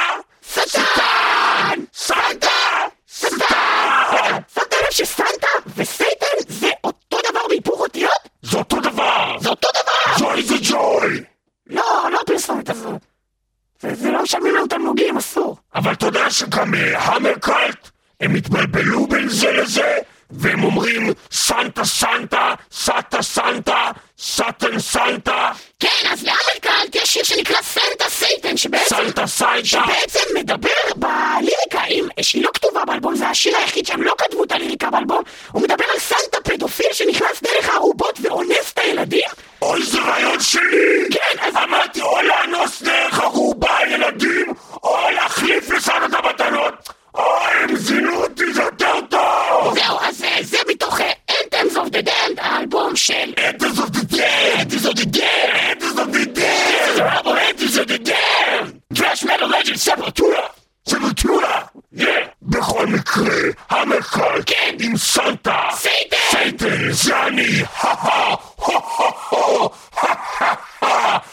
סטן, סנטה, סטן. שמת לב שסנטה וסייטן זה אותו דבר בהיפוך אותיות? זה אותו דבר! זה אותו דבר! ג'וי זה ג'וי! לא, לא פרסומת הזאת. ולא משלמים לנו תמלוגים, אסור. אבל אתה יודע שגם המרקלט, הם התבלבלו בין זה לזה, והם אומרים סנטה סנטה, סטה סנטה, סטן סנטה. כן, אז להמרקלט יש שיר שנקרא סנטה סייטן, שבעצם, סנטה סנטה. שבעצם מדבר בליריקה, שהיא לא כתובה באלבום, זה השיר היחיד שהם לא כתבו את הליריקה באלבום, הוא מדבר על סנטה פדופיל שנכנס דרך הארובות ואונס את הילדים. אוי, זה רעיון שלי! כן, אז אמרתי, או לאנוס דרך ארובה ילדים, או להחליף לסנטה את המתנות. אוי, הם זינו אותי, זה יותר טוב! זהו, אז זה מתוך Anthems of the Damned, האלבום של Anthems of the Damned, Anthems of the Damned, Anthems of the Damned, זה רבו Anthems of the Damned, Thrash Metal Legend, ספרטורה, ספרטורה, yeah. בכל מקרה, המקל, כן, עם סנטה, סייטן, סייטן, זה אני, הו הו הו הו הו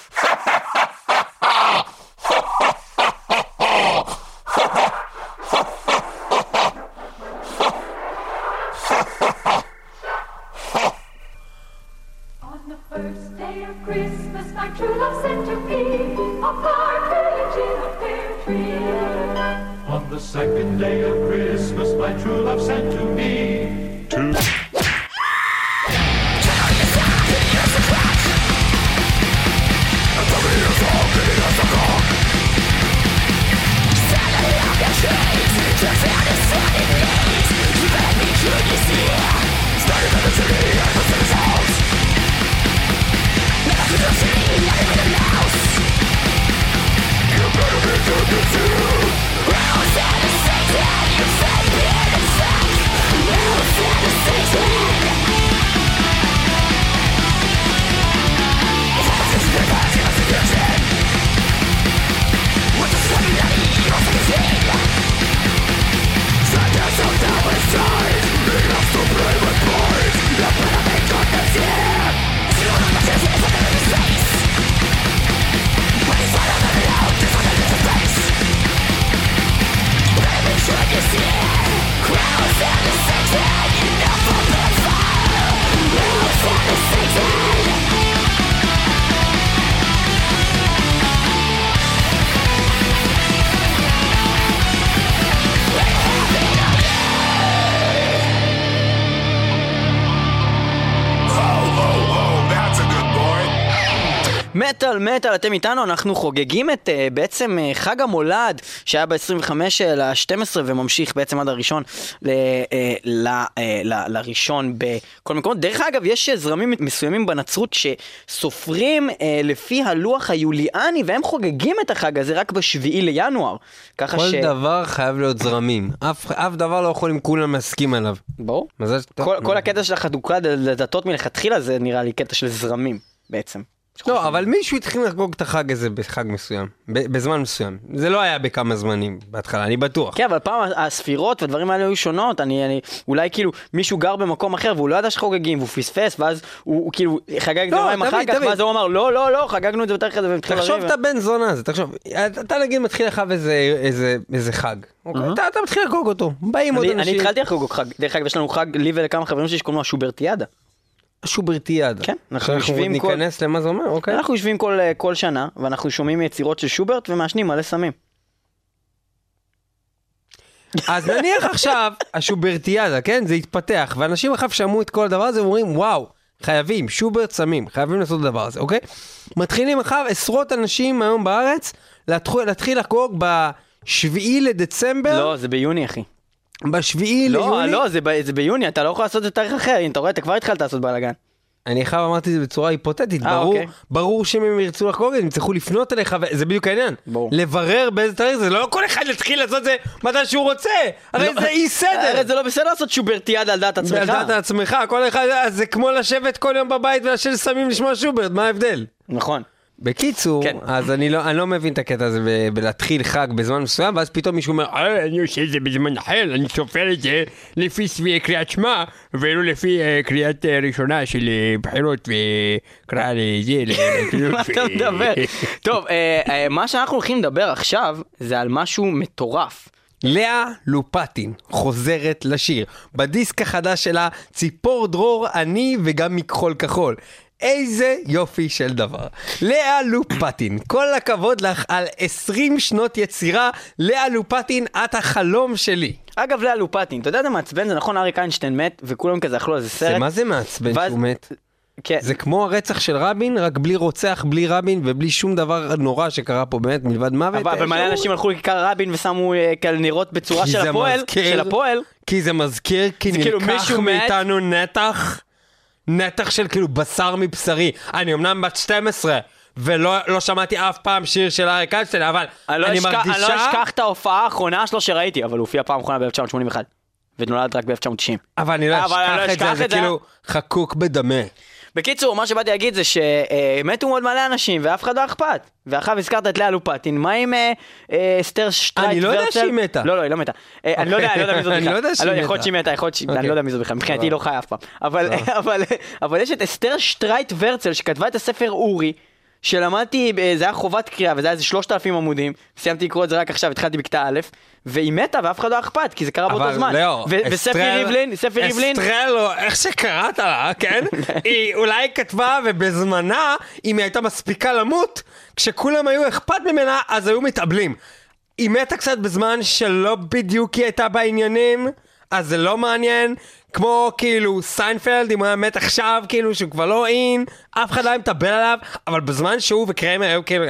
True love sent to me a partridge in a pear tree. On the second day of Christmas, my true love sent to me two. מטל, מטל, אתם איתנו, אנחנו חוגגים את uh, בעצם uh, חג המולד שהיה ב-עשרים וחמישה ל-שתים עשרה וממשיך בעצם עד הראשון ל, uh, ל, uh, ל, לראשון בכל מקום. דרך אגב, יש זרמים מסוימים בנצרות שסופרים uh, לפי הלוח היוליאני והם חוגגים את החג הזה רק בשביעי לינואר. ככה כל ש... דבר חייב להיות זרמים. אף, אף דבר לא יכול אם כולם מסכים עליו. בואו. מזל... כל, כל הקטע של החדוקה לדתות מלכתחילה זה נראה לי קטע של זרמים בעצם. לא, אבל מישהו התחיל לחגוג את החג הזה בחג מסוים, בזמן מסוים. זה לא היה בכמה זמנים בהתחלה, אני בטוח. כן, אבל פעם הספירות והדברים האלה היו שונות. אני, אני, אולי כאילו מישהו גר במקום אחר והוא לא ידע שחוגגים והוא פספס, ואז הוא, הוא כאילו חגג את זה מים אחר כך, ואז הוא אמר, לא, לא, לא, חגגנו את זה בתאריך הזה והם התחילו לריב. תחשוב את הבן זונה הזה, תחשוב, אתה נגיד מתחיל לך איזה חג, אתה מתחיל לחגוג אותו, באים עוד אנשים. אני התחלתי לחגוג חג, דרך אגב, יש לנו חג לי ולכמה חברים שלי שקוראים לו השוברטיאדה. שוברטיאדה. כן, אנחנו יושבים כל... ניכנס למה זה אומר, אוקיי. אנחנו יושבים כל, כל שנה, ואנחנו שומעים יצירות של שוברט ומעשנים מלא סמים. אז נניח עכשיו, השוברטיאדה, כן? זה התפתח, ואנשים אחר שמעו את כל הדבר הזה, ואומרים, וואו, חייבים, שוברט סמים, חייבים לעשות את הדבר הזה, אוקיי? מתחילים אחר עשרות אנשים היום בארץ, להתחיל, להתחיל לחגוג בשביעי לדצמבר. לא, זה ביוני, אחי. בשביעי לא, ליוני? לא, זה, ב, זה ביוני, אתה לא יכול לעשות את תאריך אחר, אתה רואה, אתה כבר התחלת לעשות בלגן. אני חייב אמרתי את זה בצורה היפותטית, 아, ברור, אוקיי. ברור שאם הם ירצו לחגוג, הם צריכו לפנות אליך, וזה בדיוק העניין. ברור. לברר באיזה תאריך זה, לא כל אחד יתחיל לעשות את זה מתי שהוא רוצה, הרי לא, זה אי סדר. הרי זה לא בסדר לעשות שוברטיאד על דעת עצמך. על דעת עצמך, כל אחד, זה כמו לשבת כל יום בבית ולשל סמים לשמוע שוברט, מה ההבדל? נכון. בקיצור, כן. אז אני לא, אני לא מבין את הקטע הזה ב- בלהתחיל חג בזמן מסוים, ואז פתאום מישהו אומר, אה, אני עושה את זה בזמן אחר, אני סופר את זה לפי סביעי קריאת שמע, ולא לפי uh, קריאת uh, ראשונה של uh, בחירות וקראה לזה. מה אתה מדבר? טוב, אה, אה, מה שאנחנו הולכים לדבר עכשיו, זה על משהו מטורף. לאה לופטין חוזרת לשיר, בדיסק החדש שלה, ציפור דרור, אני וגם מכחול כחול. איזה יופי של דבר. לאה לופטין, כל הכבוד לך על עשרים שנות יצירה. לאה לופטין, את החלום שלי. אגב, לאה לופטין, אתה יודע, זה מעצבן, זה נכון, אריק איינשטיין מת, וכולם כזה אכלו על זה סרט. זה מה זה מעצבן ואז... שהוא מת? כן. זה כמו הרצח של רבין, רק בלי רוצח, בלי רבין, ובלי שום דבר נורא שקרה פה באמת, מלבד מוות. אבל מלא אנשים הלכו לכיכר רבין ושמו כאלה נראות בצורה של הפועל, של הפועל. כי זה מזכיר, כי נלקח מאיתנו נתח, נתח של כאילו בשר מבשרי. אני אמנם בת שתים עשרה, ולא לא שמעתי אף פעם שיר של אריק איינשטיין, אבל אני, אני מרגישה... אני לא אשכח את ההופעה האחרונה שלו שראיתי, אבל הוא הופיע פעם אחרונה ב-אלף תשע מאות שמונים ואחת, ונולד רק ב-אלף תשע מאות תשעים. אבל אני לא אשכח את זה, זה כאילו חקוק בדמה. בקיצור, מה שבאתי להגיד זה שמתו מאוד מלא אנשים ואף אחד לא אכפת. ואחר הזכרת את לאה לופטין, מה עם אסתר שטרייט ורצל? אני לא יודע שהיא מתה. לא, לא, היא לא מתה. אני לא יודע, אני לא יודע מי זאת בכלל. אני לא יודע שהיא מתה. יכול להיות שהיא מתה, יכול להיות שהיא... אני לא יודע מי זאת בכלל, מבחינתי היא לא חיה אף פעם. אבל יש את אסתר שטרייט ורצל שכתבה את הספר אורי, שלמדתי, זה היה חובת קריאה, וזה היה איזה שלושת אלפים עמודים, סיימתי לקרוא את זה רק עכשיו, התחלתי בכיתה א', והיא מתה ואף אחד לא אכפת, כי זה קרה באותו זמן. אבל לא, וספר ריבלין, ספר ריבלין... אסטרלו, איך שקראת לה, כן? היא אולי כתבה, ובזמנה, אם היא הייתה מספיקה למות, כשכולם היו אכפת ממנה, אז היו מתאבלים. היא מתה קצת בזמן שלא בדיוק היא הייתה בעניינים, אז זה לא מעניין. כמו כאילו סיינפלד, אם הוא היה מת עכשיו, כאילו שהוא כבר לא אין, אף אחד לא היה מטבל עליו, אבל בזמן שהוא וקריימר היו כאילו,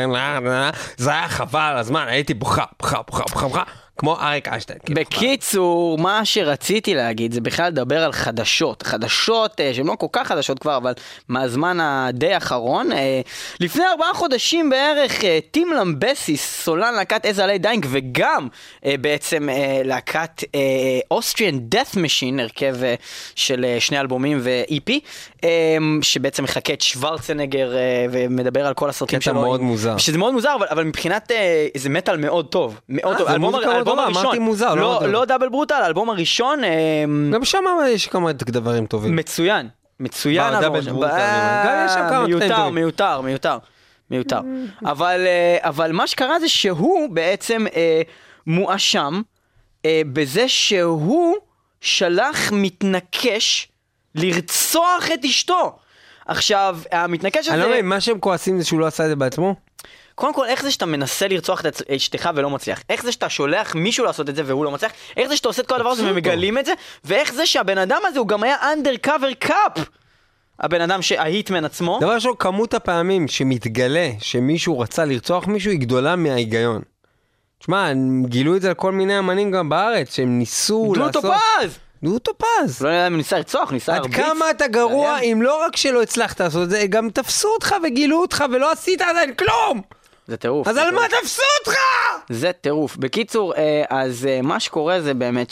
זה היה חבל הזמן, הייתי בוכה, בוכה, בוכה, בוכה, בוכה, כמו אריק איינשטיין. בקיצור, מה שרציתי להגיד זה בכלל לדבר על חדשות, חדשות שהן לא כל כך חדשות כבר, אבל מהזמן הדי האחרון, לפני ארבעה חודשים בערך, טים למבסיס, סולן להקת As I Lay Dying, וגם בעצם להקת Austrian Death Machine, הרכב של שני אלבומים ו-אי פי, שבעצם מחכה את שוורצנגר ומדבר על כל הסרטים שלו. קטע מאוד מוזר. שזה מאוד מוזר, אבל, אבל מבחינת זה מטל מאוד טוב, מאוד טוב. זה מוזיקה מאוד טובה, אמרתי מוזר. לא, לא דאבל ברוטל, האלבום הראשון... גם שם יש כמה דברים טובים. מצוין, מצוין. דאבל ברוטל. גם יש שם כמה קטעים טובים. מיותר, מיותר, מיותר. אבל, אבל מה שקרה זה שהוא בעצם מואשם בזה שהוא שלח מתנקש לרצוח את אשתו. עכשיו, המתנקש הזה... אני לא מבין, מה שהם כועסים זה שהוא לא עשה את זה בעצמו? קודם כל, איך זה שאתה מנסה לרצוח את אשתך ולא מצליח? איך זה שאתה שולח מישהו לעשות את זה והוא לא מצליח? איך זה שאתה עושה את כל הדבר הזה ומגלים את זה? ואיך זה שהבן אדם הזה הוא גם היה undercover cop? הבן אדם שההיטמן עצמו. דבר שלו, כמות הפעמים שמתגלה שמישהו רצה לרצוח מישהו היא גדולה מההיגיון. תשמע, גילו את זה לכל מיני אמנים גם בארץ, שהם ניסו לעשות... דודו טופז! דודו טופז! לא יודע אם ניסה לרצוח, ניסה הרביץ. עד כמה אתה גרוע, אם לא רק שלא הצלחת לעשות את זה, גם תפסו אותך וגילו אותך ולא עשית עדיין כלום! זה טירוף. אז על מה תפסו אותך? זה טירוף. בקיצור, אז מה שקורה זה באמת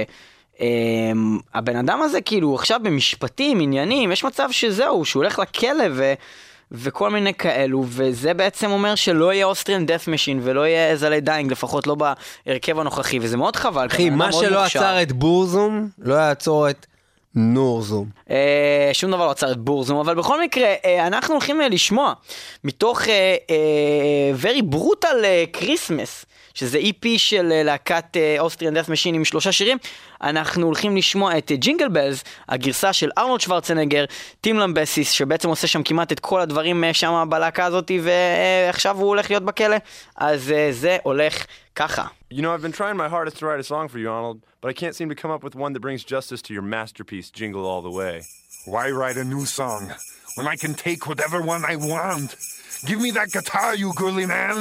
שהבן אדם הזה כאילו עכשיו במשפטים, עניינים, יש מצב שזהו, שהוא הולך לכלא ו... וכל מיני כאלו, וזה בעצם אומר שלא יהיה Austrian Death Machine ולא יהיה As I Lay Dying, לפחות לא בהרכב הנוכחי, וזה מאוד חבל. אחי, מה שלא עצר את בורזום, לא יעצור את נורזום. אה, שום דבר לא עצר את בורזום, אבל בכל מקרה, אה, אנחנו הולכים לשמוע, מתוך אה, אה, Very Brutal Christmas, שזה אי פי של להקת Austrian Death Machine עם שלושה שירים, אנחנו הולכים לשמוע את ג'ינגל בלז, הגרסה של ארנולד שוורצנגר, טים למבסיס, שבעצם עושה שם כמעט את כל הדברים שם בלהקה הזאת, ועכשיו הוא הולך להיות בכלא, אז זה הולך ככה. You know, I've been trying my hardest to write a song for you, Arnold, but I can't seem to come up with one that brings justice to your masterpiece, Jingle All the Way. Why write a new song when I can take whatever one I want? Give me that guitar, you girly man!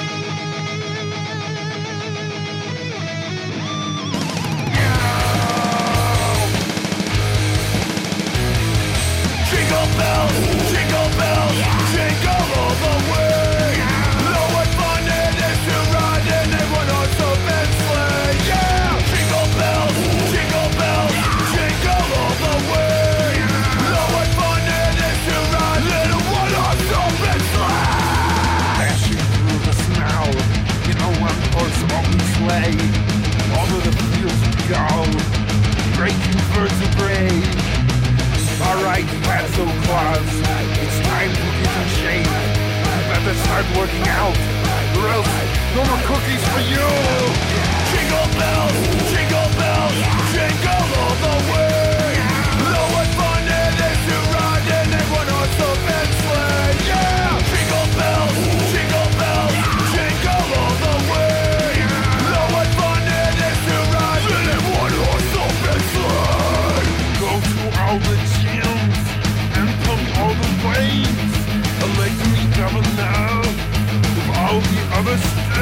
Jingle bells, jingle bells, jingle all the way. Know what fun it is to ride in a one-horse open sleigh. Yeah! Jingle bells, jingle bells, jingle all the way. Know what fun it is to ride in a one-horse open sleigh. Dashing through the snow in a one-horse open sleigh. Over the fields we go, breaking vertebrae. Alright, Fatso Claus, it's time to get in shape. Better start working out, or else no more cookies for you. Jingle bells, jingle bells, jingle all the way. Know what fun it is to ride in a one-horse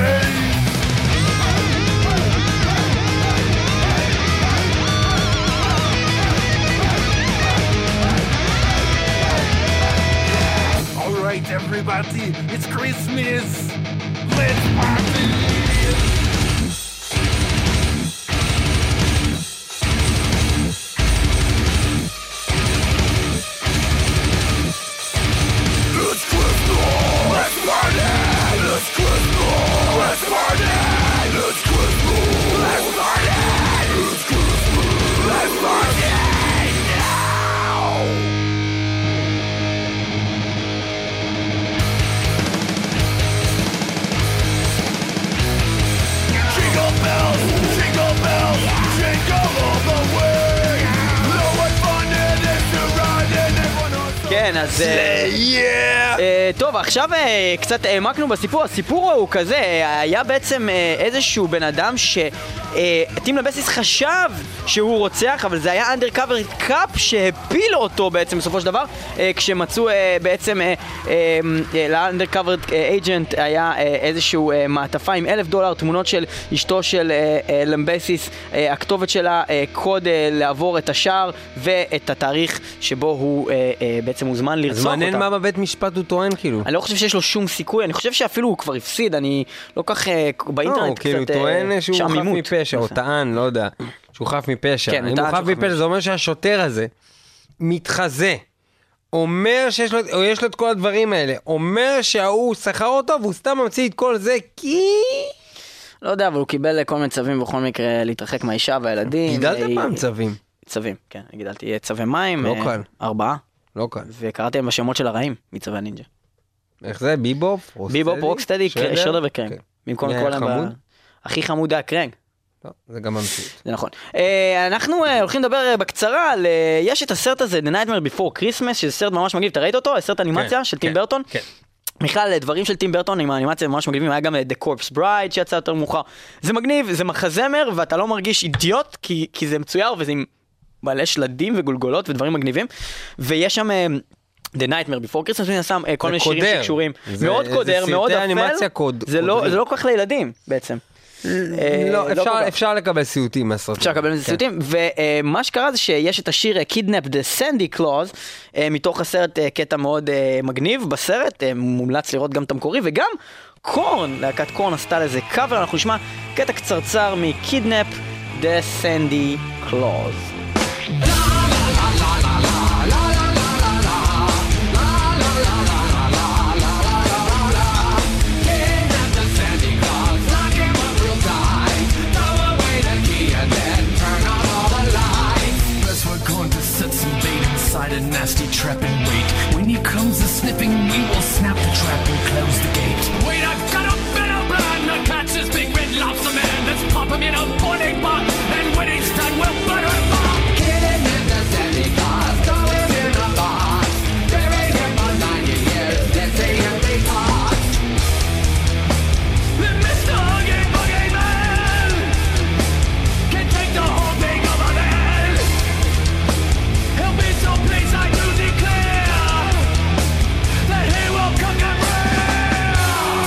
Alright, everybody, it's Christmas. Let's party. It's Christmas. Let's party. It's Christmas. Let's party. It's Christmas. Let's party. It's Christmas. Let's party now. Jingle bells, jingle bells, jingle all the way. No one fun it is to ride and everyone on. כן, אז... אה, טוב, עכשיו אה, קצת העמקנו בסיפור. הסיפור הוא כזה, אה, היה בעצם אה, איזשהו בן אדם שטים לבסיס חשב שהוא רוצח, אבל זה היה אנדרקאבר קאפ שהפיל אותו בעצם בסופו של דבר, אה, כשמצאו אה, בעצם אה, אה, אה, לאנדרקאבר אייג'נט היה אה, איזשהו אה, מעטפה עם אלף דולר, תמונות של אשתו של אה, אה, למבסיס, אה, הכתובת שלה, אה, קוד אה, לעבור את השער ואת התאריך שבו הוא אה, אה, בעצם מוזמן לרצוח אותה. אז מעניין מה בבית משפט הוא טוען כאילו. אני לא חושב שיש לו שום סיכוי, אני חושב שאפילו הוא כבר הפסיד, אני לא כך באינטרנט קצת כאילו טוען שהוא חף שעמימות. מפשע, או טען, לא יודע, שהוא חף מפשע. כן, אם טען הוא חף שהוא חף מפשע, זה אומר שהשוטר הזה מתחזה, אומר שיש לו, או יש לו את כל הדברים האלה, אומר שההוא שכר אותו, והוא סתם ממציא את כל זה, כי... לא יודע, אבל הוא קיבל כל מיני צווים בכל מקרה להתרחק מהאישה והילדים. גידלת פעם צווים? צווים, כן, גידלתי צווי מים. לא קל. ארבעה. לא קל. וקראתי להם בשמות של הרעים, מצווי הנינג'ה. איך זה? ביבופ? ביבופ, רוקסטדי, שרדר וקרנג. במקום מי היה כל חמוד? הכי חמוד היה קרנג. לא, זה גם המציאות. זה נכון. אה, אנחנו אה, הולכים לדבר אה, בקצרה על... אה, יש את הסרט הזה, The Nightmare Before Christmas, שזה סרט ממש מגניב, אתה ראית אותו? הסרט אנימציה כן, של כן, טים ברטון? כן. בכלל, דברים של טים ברטון עם האנימציה ממש מגניבים, היה גם The Corpse Bride שיצא יותר מאוחר. זה מגניב, זה מחזמר, ואתה לא מרגיש אידיוט, כי, כי זה מצויר, וזה עם בעלי שלדים וגולגולות ודברים מגניבים. ויש שם... אה, The Nightmare Before Christmas, מן הסתם, כל מיני שירים שקשורים. מאוד קודר, מאוד אפל. זה לא כל כך לילדים, בעצם. לא, אפשר לקבל סיוטים מהסרטים. אפשר לקבל מזה סיוטים, ומה שקרה זה שיש את השיר Kidnap the Sandy Claus, מתוך הסרט קטע מאוד מגניב בסרט, מומלץ לראות גם את המקורי, וגם קורן, להקת קורן עשתה לזה קאבר, אנחנו נשמע קטע קצרצר מ-Kidnap the Sandy Claus. A nasty trap and wait. When he comes a sniffing, we will snap the trap and close the gate. Wait, I've got a better plan to catch this big red lobster man. Let's pop him in a boiling pot, and when he's done, we'll butter him up. Killing in the Sandy Claus, going in a box. Buried him for ninety years, let's see if they talk. The Mister Huggy Buggy Man can take the whole thing over the head. He'll be so pleased I do declare that he will cook and rear.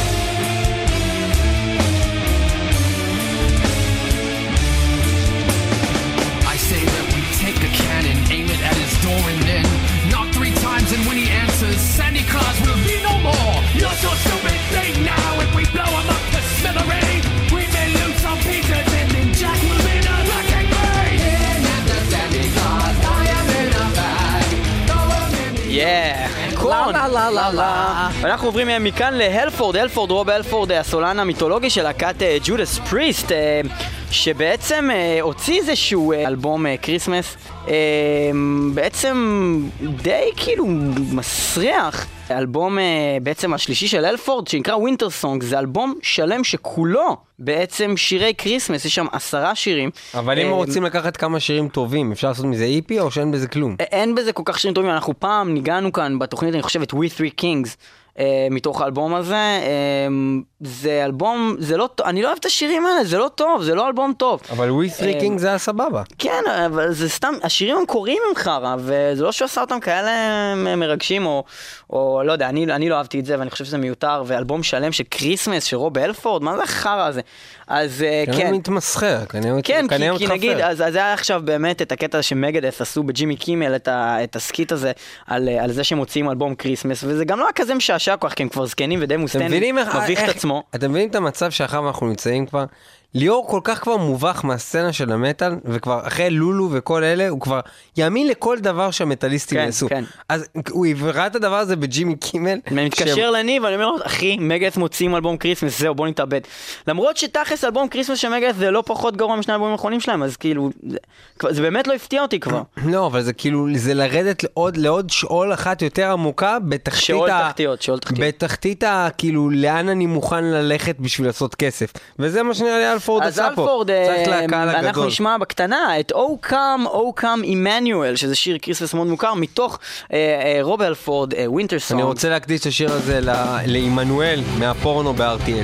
I say that we take a cannon, aim it at his door and then knock three times, and when he answers, Sandy Claus will be no more. You're so stupid thing now, if we blow him up to smithereens, we may lose some pieces and then Jack will be the wrecking ball. In the Sandy Claus, I am in a bag. Yeah, קורן. אנחנו עוברים מכאן להלפורד, אלפורד, רוב אלפורד, הסולן המיתולוגי של להקת ג'ודס פריסט, שבעצם הוציא איזשהו אלבום קריסמס, בעצם די כאילו מסריח. האלבום בעצם השלישי של אלפורד, שנקרא ווינטר סונג, זה אלבום שלם שכולו בעצם שירי קריסמס, יש שם עשרה שירים. אבל אם רוצים לקחת כמה שירים טובים, אפשר לעשות מזה איפי או שאין בזה כלום? אין בזה כל כך שירים טובים, אנחנו פעם ניגענו כאן בתוכנית, אני חושבת, We Three Kings, אה, מתוך האלבום הזה. אה, זה אלבום, זה לא טוב, אני לא אוהב את השירים האלה, זה לא טוב, זה לא אלבום טוב. אבל We Three Kings זה היה סבבה. כן, אבל זה סתם, השירים המקוריים הם חרא, וזה לא שעשה אותם כאלה מרגשים, או, או לא יודע, אני, אני לא אהבתי את זה, ואני חושב שזה מיותר, ואלבום שלם של קריסמס, של רוב אלפורד, מה זה החרא הזה? אז כן. כנראה מתמסחר, כנראה כן, כנראה כי, כי נגיד, אז, אז זה היה עכשיו באמת את הקטע שמגדס עשו בג'ימי קימל, את, ה, את הסקיט הזה, על, על זה שהם מוציאים אלבום קריסמס, וזה גם לא היה כזה משעשע כוח, כי הם כבר זקנים ודי מוסטנים, מביך את עצמו. אתם מבינים את המצב שאחר אנחנו נמצאים כבר? ליאור כל כך כבר מובך מהסצנה של המטל, וכבר אחרי לולו וכל אלה, הוא כבר יאמין לכל דבר שהמטליסטים כן, יעשו. כן. אז הוא יברא את הדבר הזה בג'ימי קימל. אני מתקשר לניב, ואני אומר לו, אחי, מגדס מוציאים אלבום קריסמס, זהו, בוא נתאבד. למרות שתכלס אלבום קריסמס של מגדס זה לא פחות גרוע משני אלבומים האחרונים שלהם, אז כאילו, זה, זה באמת לא הפתיע אותי כבר. לא, אבל זה כאילו, זה לרדת לעוד, לעוד שאול אחת יותר עמוקה, בתחתית שאול ה... תחתיות, שאול תחתיות. בתחתית ה... כאילו, לאן אני מוכן ללכת בשביל לעשות כסף. וזה מה שנראה לי אלפורד עשה פה. אז אלפורד, אנחנו הגדול. נשמע בקטנה את Oh Come, Oh Come Emmanuel, שזה שיר קריסמס מאוד מוכר, מתוך אה, אה, רוב אלפורד, אה, Winter Song. אני רוצה להקדיש את השיר הזה לאימנואל מהפורנו ב-אר טי אל.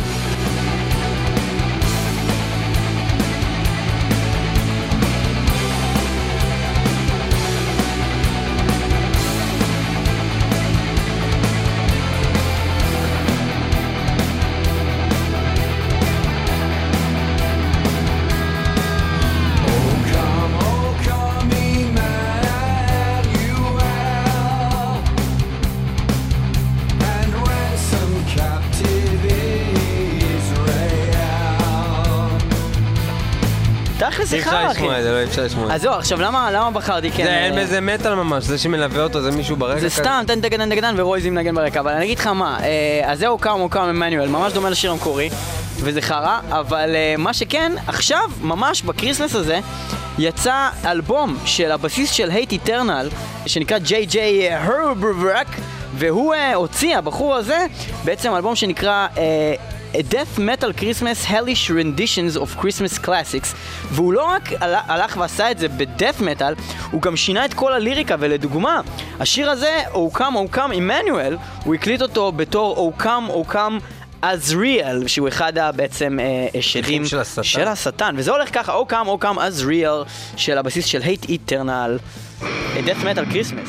זה חרא, אחי. זה לא אפשר לשמוע. אז זהו, עכשיו למה, למה בחרתי כן? זה אין בזה מטל ממש, זה שמלווה אותו, זה מישהו ברקע. זה סתם, תן דגדן דגדן ורויזים נגן ברקע, אבל אני אגיד לך מה, אז זהו קם או קם עמנואל, ממש דומה לשיר המקורי, וזה חרא, אבל מה שכן, עכשיו, ממש בקריסמס הזה, יצא אלבום של הבסיס של Hate Eternal, שנקרא ג'יי ג'יי הרברברק, והוא הוציא, הבחור הזה, בעצם אלבום שנקרא A Death Metal Christmas Hellish Renditions of Christmas Classics, והוא לא רק הלך ועשה את זה ב-Death Metal, הוא גם שינה את כל הליריקה, ולדוגמה, השיר הזה, Oh Come, Oh Come Emmanuel, הוא הקליט אותו בתור Oh Come, Oh Come Azrael, שהוא אחד בעצם שדים של השטן. של השטן, וזה הולך ככה, Oh Come, Oh Come Azrael, של הבסיס של Hate Eternal, A Death Metal Christmas.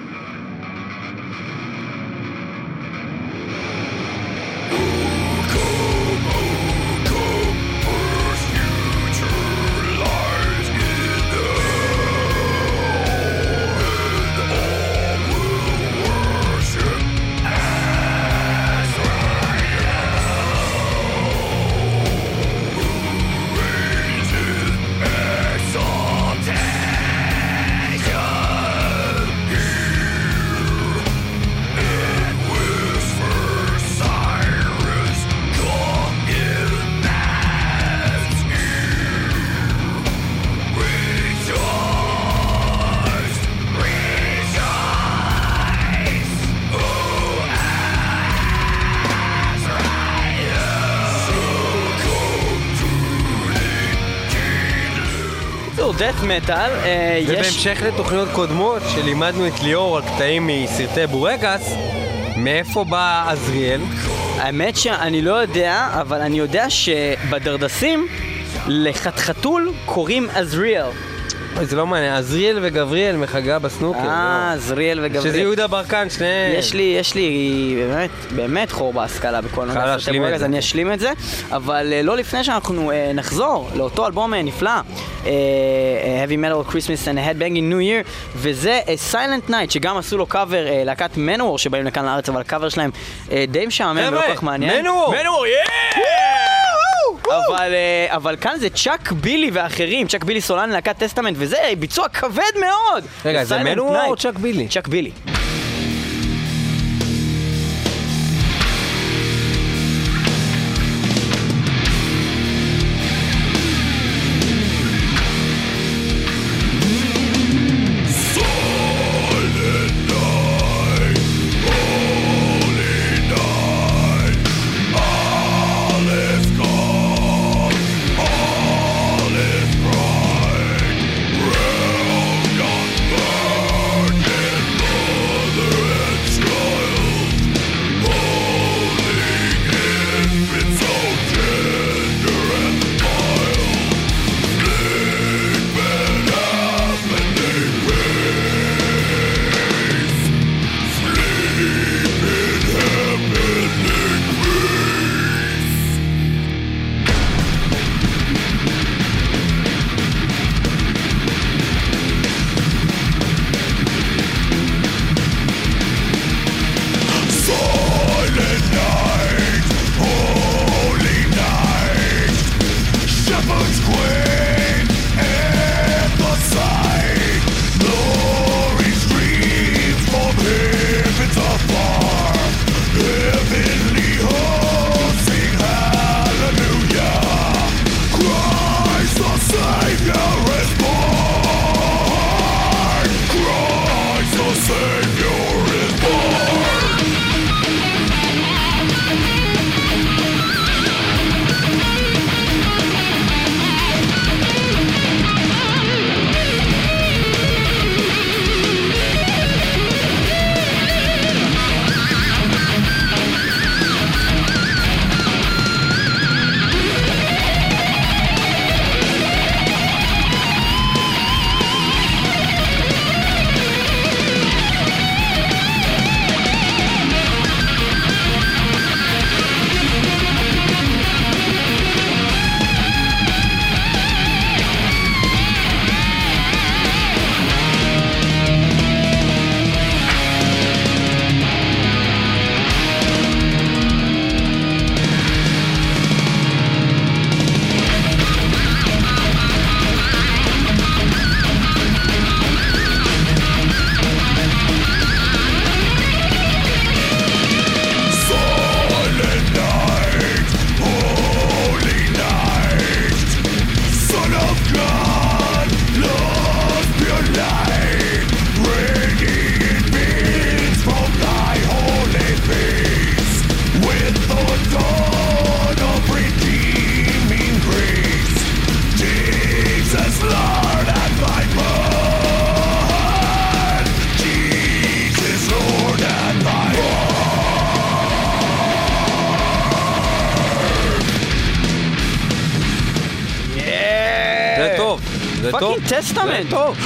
death metal, יש... ובהמשך לתוכניות קודמות שלימדנו את ליאור על קטעים מסרטי בורקס, מאיפה בא עזריאל? האמת שאני לא יודע, אבל אני יודע שבדרדסים לחתחתול קוראים עזריאל. זה לא מעניין, עזריאל וגבריאל מחגה בסנוקר. אה, עזריאל וגבריאל. שזה יהודה ברקן, שניהם. יש לי, יש לי באמת, באמת חור בהשכלה בכל נוגע סרטי בורגס, אני אשלים את זה, אבל לא לפני שאנחנו נחזור לאותו אלבום נפלא, Heavy Metal Christmas and Headbanging New Year, וזה Silent Night, שגם עשו לו קאבר להקת מנוור שבאים לכאן לארץ, אבל הקאבר שלהם די משעמם ולא כל כך מעניין. מנוור! מנוור, אבל, אבל כאן זה צ'אק בילי ואחרים, צ'אק בילי סולן להקת טסטמנט, וזה ביצוע כבד מאוד. רגע, זה מנוור או צ'אק בילי? צ'אק בילי. Round on burning road. זה טוב. פאקינג טסטמנט. זה טוב.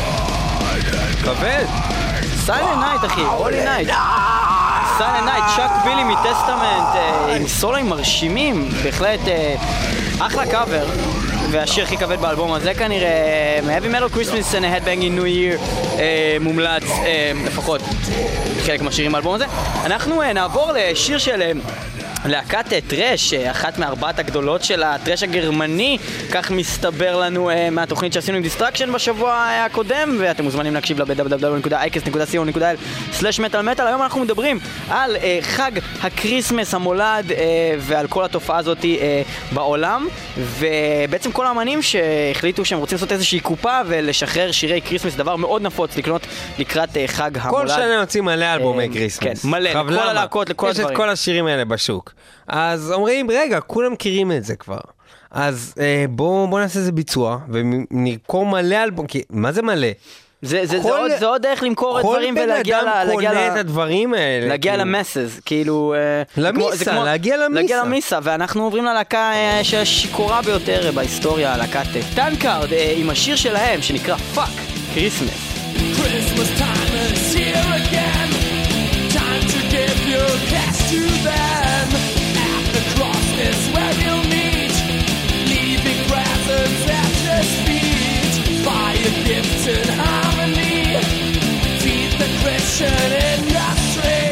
כבד. סיילנט נייט, אחי, הולי נייט. סיילנט נייט, צ'אק בילי מטסטמנט, עם סולואים מרשימים, בהחלט אחלה קאבר. והשיר הכי כבד באלבום הזה כנראה, מ-Heavy Metal Christmas and a Headbanging New Year, מומלץ, לפחות חלק מהשירים באלבום הזה. אנחנו נעבור לשיר של להקת טרש, אחת מארבעת הגדולות של הטרש הגרמני, כך מסתבר לנו מהתוכנית שעשינו עם דיסטרקשן בשבוע הקודם, ואתם מוזמנים להקשיב לה ב-דאבליו דאבליו דאבליו נקודה אייקס נקודה סי או נקודה איי אל סלאש מטל מטל. היום אנחנו מדברים על חג הקריסמס המולד ועל כל התופעה הזאת בעולם, ובעצם כל האמנים שהחליטו שהם רוצים לעשות איזושהי קופה ולשחרר שירי קריסמס, דבר מאוד נפוץ לקנות לקראת חג המולד. כל שנה יוצאים מלא אלבומי קריסמס. כן, מלא, לכל הלהקות, לכל הדברים. יש את כל השירים האלה בשוק. אז אומרים, רגע, כולם מכירים את זה כבר. אז אה, בואו בוא נעשה איזה ביצוע, ונרקום מלא אלבום, כי מה זה מלא? זה, זה, זה, עוד, זה עוד דרך למכור את דברים ולהגיע כל בן אדם קונה את הדברים האלה. להגיע כאילו. למסס, כאילו... למיסה, כמו, להגיע למיסה. להגיע למיסה, ואנחנו עוברים ללהקה שהשיכורה ביותר בהיסטוריה, להקת טנקארד, עם השיר שלהם, שנקרא פאק קריסמס. Christmas time is here again. Time to give your cash to them. At the cross is where you'll meet, leaving presents at his feet. Buy a gift in harmony, feed the Christian industry.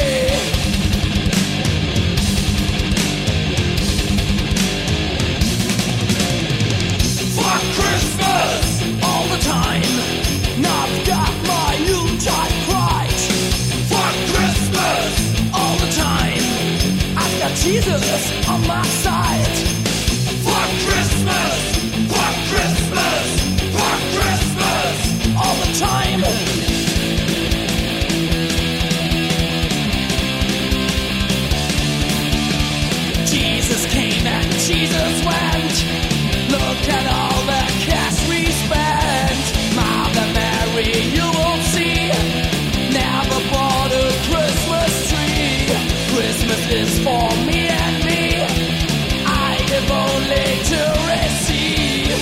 For Christmas all the time. Now I've got my Yuletide pride. For Christmas all the time, I've got Jesus on my side. For Christmas, for Christmas, for Christmas all the time. Jesus came and Jesus went. Look at all the cash we spent. Mother Mary, you won't see, never bought a Christmas tree. Christmas is for me and me, I give only to receive.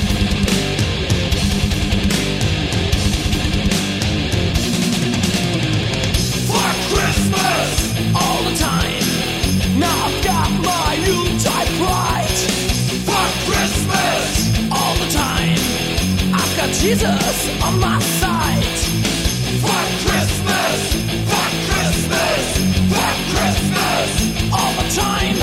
For Christmas all the time, now I've got my Yuletide pride. For Christmas all the time, I've got Jesus on my side. For Christmas, for Christmas, for Christmas all the time.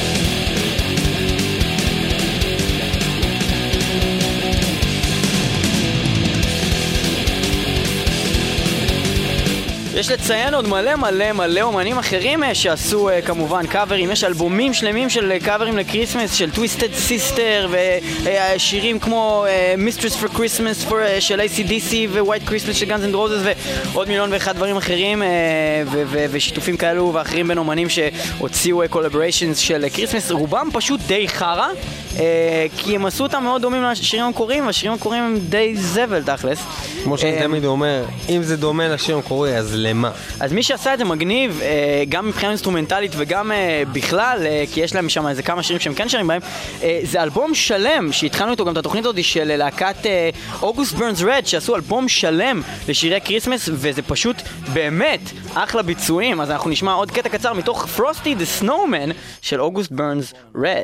יש לציין עוד מלא מלא מלא אומנים אחרים שעשו כמובן קאברים, יש אלבומים שלמים של קאברים לקריסמס של טוויסטד סיסטר ושירים כמו Mistress for Christmas של איי סי די סי ו-White Christmas של Guns N' Roses ועוד מיליון ואחד דברים אחרים ושיתופים כאלו ואחרים בין אומנים שהוציאו קולאבוריישנס של קריסמס, רובם פשוט די חרה כי הם עשו אותם מאוד דומים לשירים המקוריים, והשירים המקוריים הם די זבל תכלס. כמו שתמיד אומר, אם זה דומה לשיר המקורי אז למה? אז מי שעשה את זה מגניב, גם מבחינה אינסטרומנטלית וגם בכלל, כי יש להם שם איזה כמה שירים שהם כן שרים בהם, זה אלבום שלם, שהתחלנו איתו גם את התוכנית הזאת של להקת אוגוסט ברנס רד, שעשו אלבום שלם לשירי קריסמס, וזה פשוט באמת אחלה ביצועים. אז אנחנו נשמע עוד קטע קצר מתוך Frosty the Snowman של אוגוסט ברנס רד.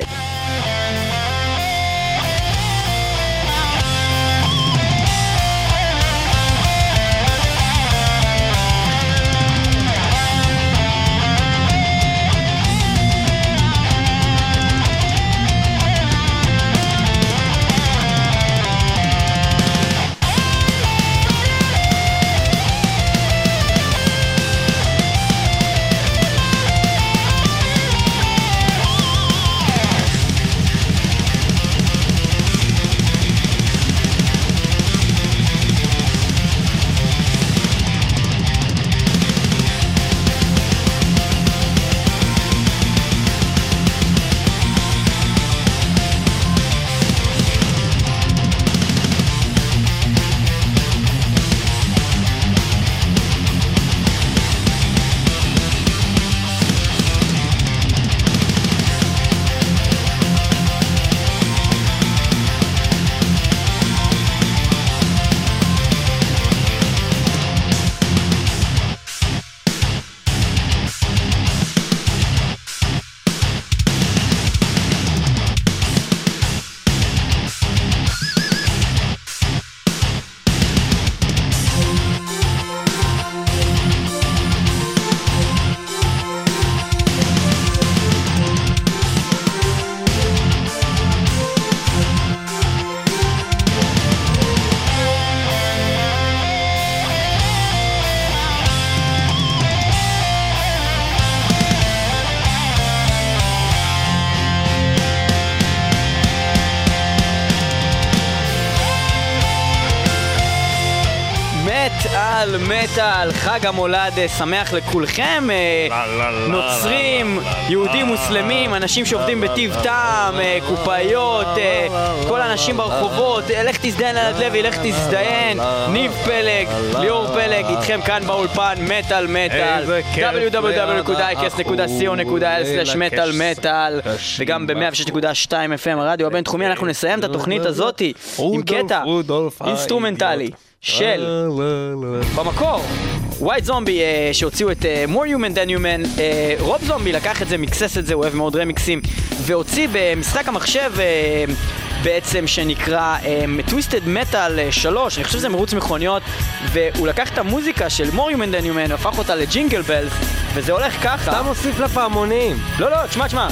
מטל מטל, חג המולד שמח לכולכם, נוצרים, יהודים, מוסלמים, אנשים שעובדים בטיב טעם, קופאיות, כל האנשים ברחובות, לך תזדיין אלעד לוי, לך תזדיין, ניב פלג, ליאור פלג, איתכם כאן באולפן, מטל מטל, דאבליו דאבליו דאבליו נקודה אייקס נקודה סי או נקודה אל סלש מטל מטל, וגם ב-מאה ושש נקודה שתיים אף אם הרדיו הבינתחומי. אנחנו נסיים את התוכנית הזאת עם קטע אינסטרומנטלי של במקור ווייט זומבי שהוציאו את more human than human. רוב זומבי לקח את זה, מיקסס את זה, הוא אוהב מאוד רמיקסים, והוציא במשחק המחשב בעצם שנקרא טוויסטד מטל שלוש, אני חושב שזה מרוץ מכוניות, והוא לקח את המוזיקה של more human than human והפך אותה לג'ינגל בלס, וזה הולך ככה. אתה מוסיף לפעמונים. לא לא, תשמע תשמע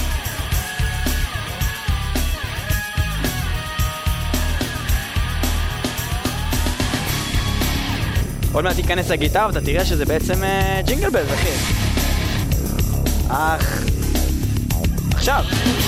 עוד מעט תיכנס לגיטר ואתה תראה שזה בעצם uh, ג'ינגל בלס, אחי. אך... עכשיו.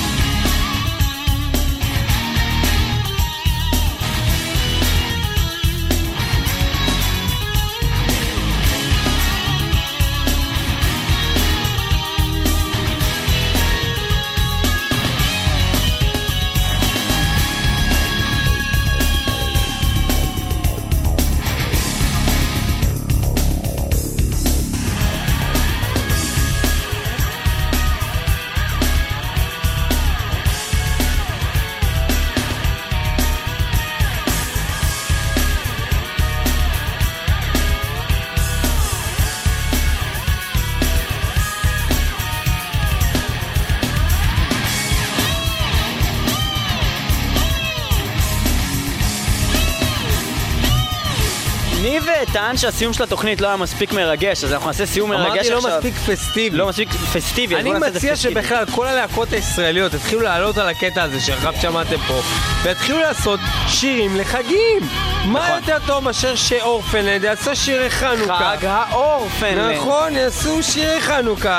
ניב טען שהסיום של התוכנית לא היה מספיק מרגש, אז אנחנו נעשה סיום מרגש עכשיו. אמרתי לא מספיק פסטיבי. לא מספיק פסטיבי. אני מציע שבכלל כל הלהקות הישראליות התחילו לעלות על הקטע הזה שעכשיו שמעתם פה, והתחילו לעשות שירים לחגים. מה יותר טוב מאשר שאורפנלנד יעשו שירי חנוכה. חג האורפנלנד. נכון, יעשו שירי חנוכה,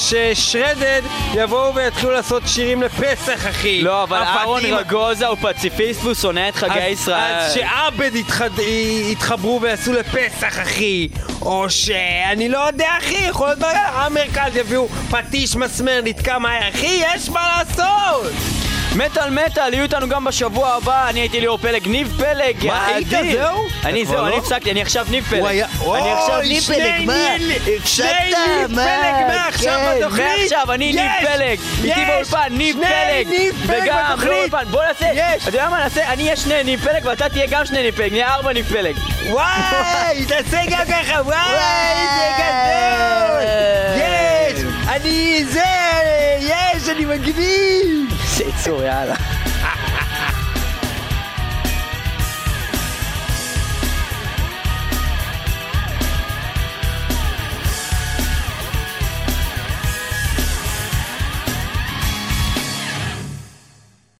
וששרדד יבואו ויתחילו לעשות שירים לפסח, אחי. לא, אבל אהרון רגוזה הוא פציפיסט והוא שונא את חגי ישראל. אז שעבד יתחברו ויעשו לפסח, אחי. או שאני לא יודע, אחי, יכול להיות ברגע המרכז יביאו פטיש מסמר נתקע מהר, אחי, יש מה לעשות. מטל מטל, יהיו איתנו גם בשבוע הבא. אני הייתי ליאור פלג, ניב פלג. מה, היית זהו? אני זהו, אני הפסקתי, אני עכשיו ניב פלג. אני עכשיו ניב פלג, מה? שני ניב פלג מעכשיו בתוכנית. מעכשיו, אני ניב פלג. איתי באולפן, ניב פלג. וגם באולפן, בוא נעשה, אתה יודע מה נעשה? אני אהיה שני ניב פלג ואתה תהיה גם שני ניב פלג, נהיה ארבע ניב פלג. וואי, תעשה גם ככה, וואי, זה גדול. יש, אני זה, יש, אני מגניב. זה יצור, יאללה.